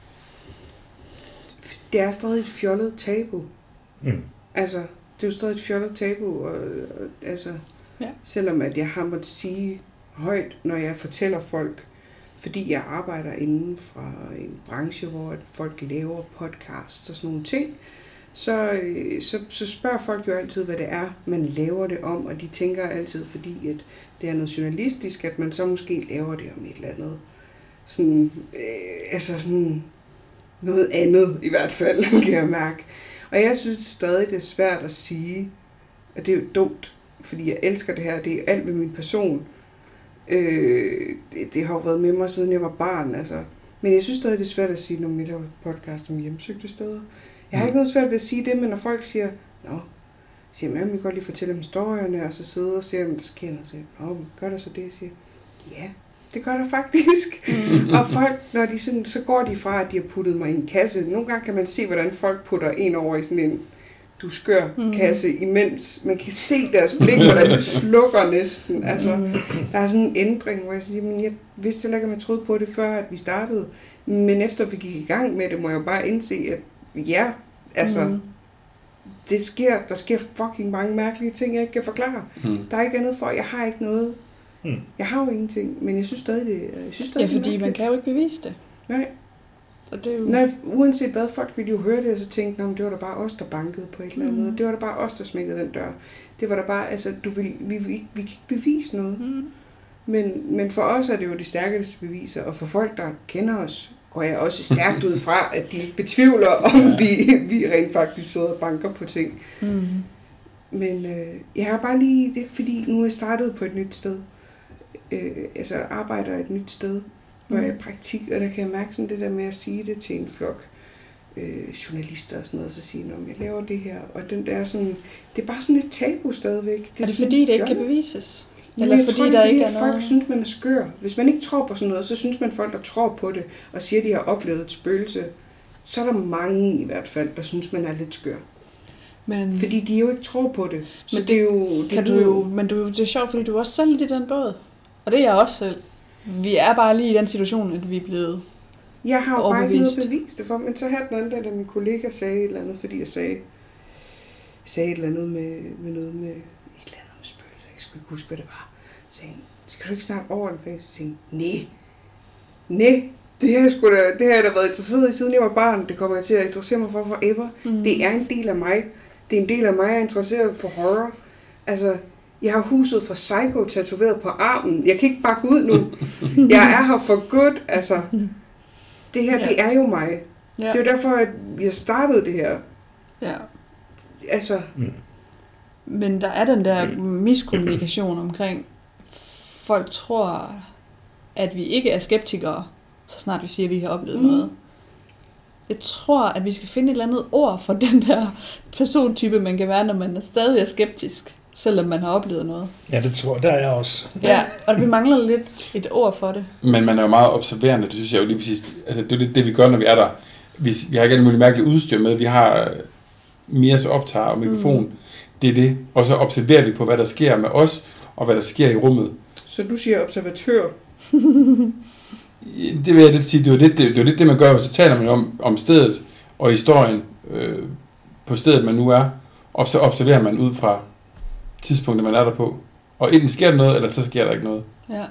Det er stadig et fjollet tabu. Mm. Altså, det er jo stadig et fjollet tabu, og, og altså... Ja. Selvom at jeg har måttet sige højt, når jeg fortæller folk, fordi jeg arbejder inden fra en branche, hvor folk laver podcasts og sådan nogle ting, så, øh, så, så spørger folk jo altid, hvad det er, man laver det om, og de tænker altid, fordi at det er noget journalistisk, at man så måske laver det om et eller andet. Sådan, øh, altså sådan noget andet i hvert fald, kan jeg mærke. Og jeg synes stadig, det er svært at sige, og det er jo dumt, fordi jeg elsker det her, det er alt ved min person. Øh, det, det har jo været med mig, siden jeg var barn, altså. Men jeg synes stadig, det er svært at sige, når vi laver podcast om hjemsøgte steder. Jeg har ikke noget svært ved at sige det, men når folk siger, nå, siger man, jeg vil godt lige fortælle om historierne, og så sidde og se, om der sker noget, og siger, nå, gør der så det? Jeg siger, ja, det gør der faktisk. Og folk, når de sådan, så går de fra, at de har puttet mig i en kasse. Nogle gange kan man se, hvordan folk putter en over i sådan en du skør kasse, imens man kan se deres blik, hvordan det slukker næsten. Altså, der er sådan en ændring, hvor jeg siger, men jeg vidste heller ikke, om jeg troede på det, før at vi startede. Men efter vi gik i gang med det, må jeg jo bare indse, at ja, altså, mm. det sker, der sker fucking mange mærkelige ting, jeg ikke kan forklare. Mm. Der er ikke andet for, jeg har ikke noget. Mm. Jeg har jo ingenting, men jeg synes stadig, det, jeg synes stadig, ja, fordi det man kan jo ikke bevise det. Nej. Og det er jo... Nej, uanset hvad, folk ville jo høre det, og så tænkte, det var da bare os, der bankede på et eller andet. Mm. Det var da bare os, der smækkede den dør. Det var da bare, altså, du vil, vi, vi, vi kan ikke bevise noget. Mm. Men, men for os er det jo de stærkeste beviser, og for folk, der kender os, går jeg også stærkt ud fra, at de ikke betvivler, om vi, vi rent faktisk sidder og banker på ting. Mm. Men øh, jeg har bare lige, det er fordi, nu er jeg startet på et nyt sted. Øh, altså arbejder et nyt sted, hvor jeg er i praktik, og der kan jeg mærke sådan det der med at sige det til en flok øh, journalister og sådan noget, og så sige, at jeg laver det her, og den der sådan, det er bare sådan et tabu stadigvæk. Det er, er det fordi, det ikke kan bevises? Eller Jamen, jeg fordi, tror, det er fordi, at folk noget... synes, man er skør. Hvis man ikke tror på sådan noget, så synes man folk, der tror på det, og siger, at de har oplevet et spøgelse, så er der mange i hvert fald, der synes, man er lidt skør. Men... Fordi de jo ikke tror på det. Så men det er jo... Det kan du jo men du, det er sjovt, fordi du er også selv i den båd. Og det er jeg også selv. Vi er bare lige i den situation, at vi er blevet Jeg har jo bare ikke noget bevis det for, men så her den anden, da min kollega sagde et eller andet, fordi jeg sagde, sagde et eller andet med, med noget med, et eller andet med spøgelser, jeg skulle ikke huske, hvad det var. Så sagde han, skal du ikke snart over den face? Så sagde han, nej, nej, det her, skulle da, det har jeg da været interesseret i, siden jeg var barn. Det kommer jeg til at interessere mig for forever. Mm. Det er en del af mig. Det er en del af mig, jeg er interesseret for horror. Altså, jeg har huset for Psycho tatoveret på armen. Jeg kan ikke bare gå ud nu. Jeg er her for good. Altså, det her, ja. Det er jo mig. Ja. Det er jo derfor, at jeg startede det her. Ja. Altså. Mm. Men der er den der miskommunikation omkring, folk tror, at vi ikke er skeptikere, så snart vi siger, at vi har oplevet mm. noget. Jeg tror, at vi skal finde et eller andet ord for den der persontype, man kan være, når man er stadig er skeptisk, selvom man har oplevet noget. Ja, det tror jeg, der er jeg også. Ja, og vi mangler lidt et ord for det. Men man er jo meget observerende, det synes jeg jo lige præcis. Altså, det er det, det vi gør, når vi er der. Vi, vi har ikke alle mulige mærkelige udstyr med. Vi har Mias optager og mikrofon. Mm. Det er det. Og så observerer vi på, hvad der sker med os, og hvad der sker i rummet. Så du siger observatør? Det vil jeg lidt sige, det er jo lidt det, det, er lidt det man gør, så taler man om, om stedet og historien øh, på stedet, man nu er, og så observerer man ud fra tidspunktet, man er der på. Og enten sker der noget, eller så sker der ikke noget. Ja.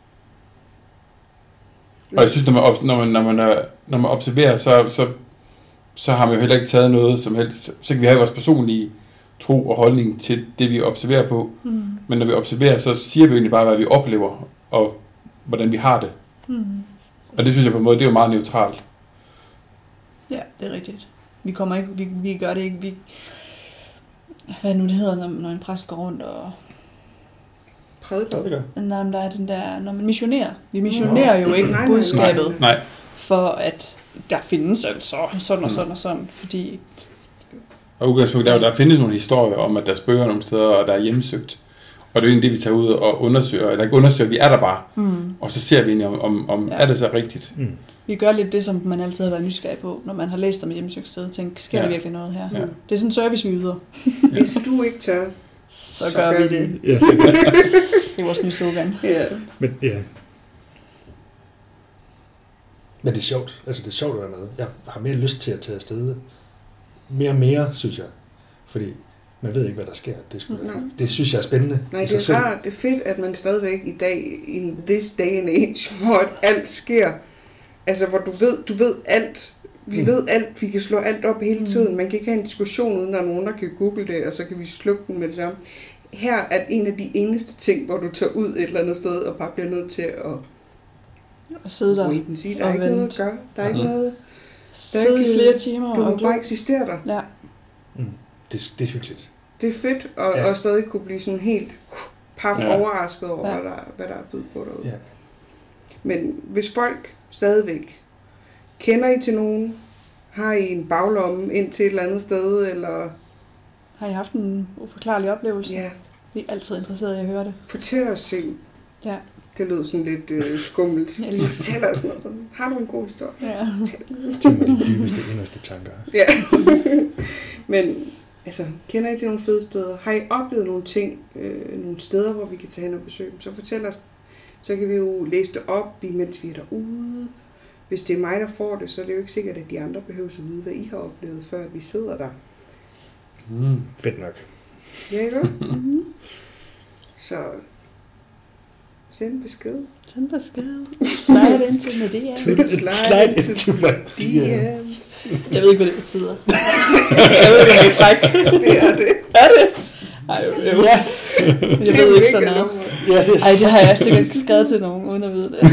Og jeg synes, når man, når man, når man, er, når man observerer, så, så, så har man jo heller ikke taget noget som helst. Så kan vi have vores personlige tro og holdning til det, vi observerer på. Mm. Men når vi observerer, så siger vi egentlig bare, hvad vi oplever, og hvordan vi har det. Mm. Og det synes jeg på en måde, det er jo meget neutralt. Ja, det er rigtigt. Vi kommer ikke, vi, vi gør det ikke, vi... Hvad nu det hedder, når, når en præst går rundt og... Prædiker? Nej, men der er den der, når man missionerer. Vi missionerer jo ikke nej, budskabet, nej, nej. For at der findes altså sådan og sådan og sådan, fordi... Og udgangspunkt er jo, der findes nogle historier om, at der spøger nogle steder, og der er hjemsøgt. Og det er egentlig det, vi tager ud og undersøger, eller ikke undersøger, vi er der bare. Mm. Og så ser vi egentlig, om, om, om ja. er det så rigtigt. Mm. Vi gør lidt det, som man altid har været nysgerrig på, når man har læst om et hjemmesøgssted. Tænk, sker ja. der virkelig noget her? Ja. Det er sådan en service, vi yder. Hvis du ikke tør, så, så gør, gør vi det. Ja. Det er vores nye slogan. Ja. Men, ja. Men det er sjovt. Altså, det er sjovt at være med. Jeg har mere lyst til at tage afsted. Mere og mere, synes jeg. Fordi man ved ikke, hvad der sker. Det, sgu, mm. det synes jeg er spændende. Nej, det er rart. Det er fedt, at man stadigvæk i dag, in this day and age, hvor alt sker, altså hvor du ved, du ved alt. Vi mm. ved alt. Vi kan slå alt op hele tiden. Man kan ikke have en diskussion, uden der er nogen, der kan google det, og så kan vi slukke den med det samme. Her er en af de eneste ting, hvor du tager ud et eller andet sted, og bare bliver nødt til at og sidde der. Der er ikke noget at gøre. Der er ikke noget. Sidde i flere timer. Du må og bare eksistere der. Ja. Mm. Det, det er hyggeligt. Det er fedt, og, ja. og stadig kunne blive sådan helt paf ja. overrasket over, ja. hvad, der, hvad der er byd på derude. Ja. Men hvis folk stadigvæk kender I til nogen, har I en baglomme ind til et eller andet sted, eller... Har I haft en uforklarlig oplevelse? Ja. Vi er altid interesserede i at høre det. Fortæl os ting. Ja. Det lød sådan lidt øh, skummelt. Ja, fortæl os noget. Har du en god historie? Ja. Tænk mig de dybeste, inderste tanker. Ja. Men, altså, kender I til nogle fede steder? Har I oplevet nogle ting, øh, nogle steder, hvor vi kan tage hen og besøge dem? Så fortæl os. Så kan vi jo læse det op, imens vi er derude. Hvis det er mig, der får det, så er det jo ikke sikkert, at de andre behøver at vide, hvad I har oplevet, før vi sidder der. Mm, fedt nok. Ja, ikke? Mm-hmm. Så send besked. Send besked. Slide into my D Ms. Slide into my D Ms. Jeg ved ikke, hvad det betyder. Jeg ved ikke, hvad det er frækt. Det er det. Er det? Ej, jo, jo. Ja. Jeg ved ikke sådan noget. Ja, det Ej, det har jeg sikkert skrevet til nogen, uden at vide det.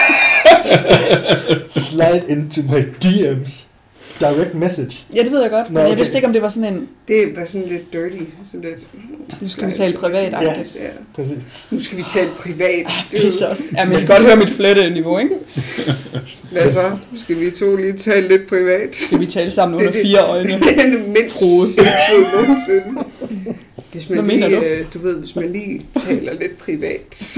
Slide into my D Ms. Direct message. Ja, det ved jeg godt, men Nå, okay. jeg vidste ikke, om det var sådan en... Det var sådan lidt dirty. Sådan lidt... Nu skal vi tale privat. Ja, ja, præcis. Nu skal vi tale privat. Det er også. Ja, men jeg kan godt høre mit flytte-niveau, ikke? Hvad så? Skal vi to lige tale lidt privat? Skal vi tale sammen under fire øjne? Det er det mindst sexede nogensinde. Hvis man Hvad lige, mener du? du ved, hvis man lige taler lidt privat.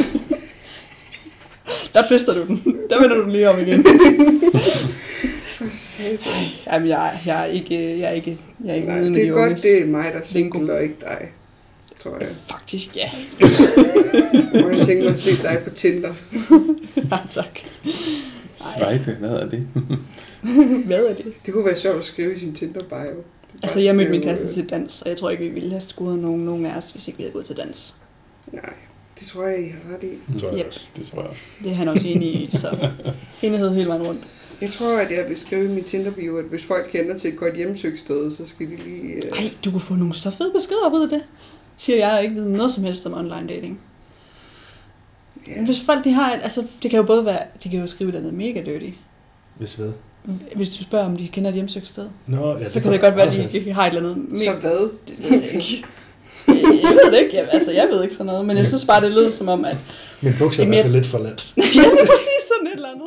Der twister du den. Der vender du den lige om igen. For satan. Jamen, jeg, jeg er ikke, jeg er ikke, jeg er ikke Nej, ude med det er de godt, unges. det er mig, der single, og ikke dig, tror jeg. Faktisk, ja. Og jeg tænker mig at se dig på Tinder. Nej, tak. Swipe, hvad er det? Hvad er det? Det kunne være sjovt at skrive i sin Tinder-bio. Altså, jeg mødte min kæreste til dans, og jeg tror ikke, vi ville have skudt nogen, nogen af os, hvis ikke vi havde gået til dans. Nej, det tror jeg, I har ret i. Det tror jeg yep. også. Det tror jeg. Det er han også enig i, så enighed hele vejen rundt. Jeg tror, at jeg vil skrive i min Tinder-bio, at hvis folk kender til et godt hjemmesøgssted, så skal de lige... Uh... Ej, du kunne få nogle så fede beskeder ud af det. Siger jeg ikke ved noget som helst om online dating. Yeah. Hvis folk de har... Altså, det kan jo både være... De kan jo skrive et eller andet mega dirty. Hvis hvad? Hvis du spørger, om de kender et hjemmesøgssted. Nå, ja, så det kan det godt være, at de har et eller andet... Mega... Så hvad? Det ved jeg ikke. Jeg ved det ikke. Jeg, altså, jeg ved ikke sådan noget. Men jeg synes bare, det lød som om, at... Min bukser er i hvert fald lidt for let. Ja, det er præcis sådan et eller andet.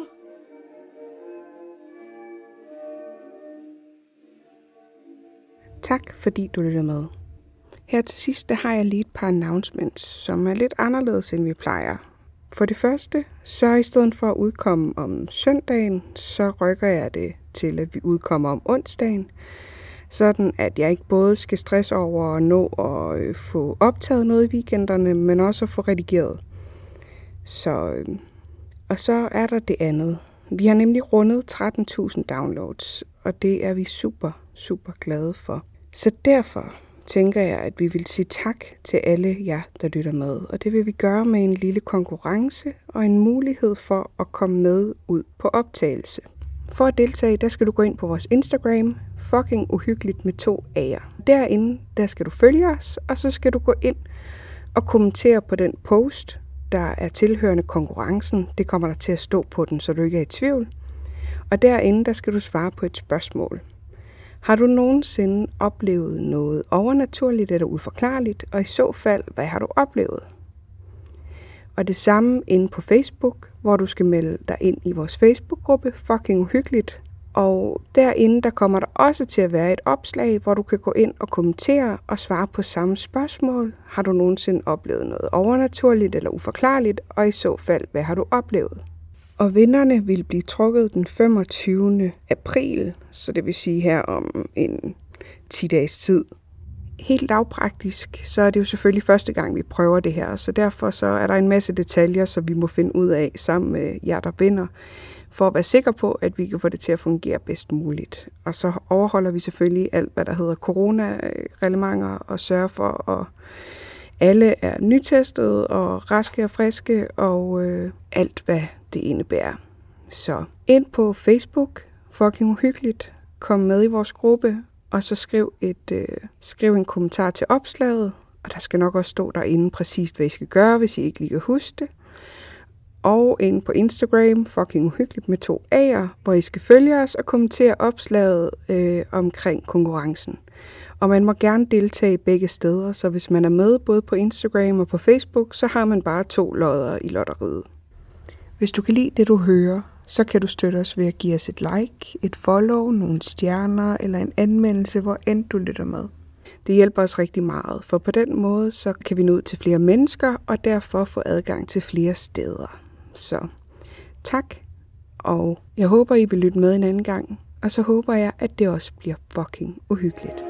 Tak fordi du lyttede med. Her til sidst der har jeg lige et par announcements, som er lidt anderledes end vi plejer. For det første, så i stedet for at udkomme om søndagen, så rykker jeg det til, at vi udkommer om onsdagen. Sådan at jeg ikke både skal stresse over at nå at øh, få optaget noget i weekenderne, men også at få redigeret. Så, øh, og så er der det andet. Vi har nemlig rundet tretten tusind downloads, og det er vi super, super glade for. Så derfor tænker jeg, at vi vil sige tak til alle jer, der lytter med. Og det vil vi gøre med en lille konkurrence og en mulighed for at komme med ud på optagelse. For at deltage, der skal du gå ind på vores Instagram, fucking uhyggeligt med to A'er. Derinde, der skal du følge os, og så skal du gå ind og kommentere på den post, der er tilhørende konkurrencen. Det kommer der til at stå på den, så du ikke er i tvivl. Og derinde, der skal du svare på et spørgsmål. Har du nogensinde oplevet noget overnaturligt eller uforklarligt, og i så fald, hvad har du oplevet? Og det samme inde på Facebook, hvor du skal melde dig ind i vores Facebook-gruppe Fucking Uhyggeligt, Og derinde, der kommer der også til at være et opslag, hvor du kan gå ind og kommentere og svare på samme spørgsmål. Har du nogensinde oplevet noget overnaturligt eller uforklarligt, og i så fald, hvad har du oplevet? Og vinderne vil blive trukket den femogtyvende april, så det vil sige her om en ti dages tid. Helt lavpraktisk, så er det jo selvfølgelig første gang, vi prøver det her, så derfor så er der en masse detaljer, som vi må finde ud af sammen med jer, der vinder, for at være sikre på, at vi kan få det til at fungere bedst muligt. Og så overholder vi selvfølgelig alt, hvad der hedder corona-reglementer, og sørger for, at alle er nytestet og raske og friske, og øh, alt, hvad det indebærer. Så ind på Facebook, Fucking Uhyggeligt, kom med i vores gruppe, og så skriv, et, øh, skriv en kommentar til opslaget, og der skal nok også stå derinde præcist, hvad I skal gøre, hvis I ikke lige kan huske det. Og ind på Instagram, Fucking Uhyggeligt med to A'er, hvor I skal følge os og kommentere opslaget øh, omkring konkurrencen. Og man må gerne deltage begge steder, så hvis man er med både på Instagram og på Facebook, så har man bare to lodder i lotteriet. Hvis du kan lide det, du hører, så kan du støtte os ved at give os et like, et follow, nogle stjerner eller en anmeldelse, hvor end du lytter med. Det hjælper os rigtig meget, for på den måde så kan vi nå ud til flere mennesker og derfor få adgang til flere steder. Så tak, og jeg håber, I vil lytte med en anden gang, og så håber jeg, at det også bliver fucking uhyggeligt.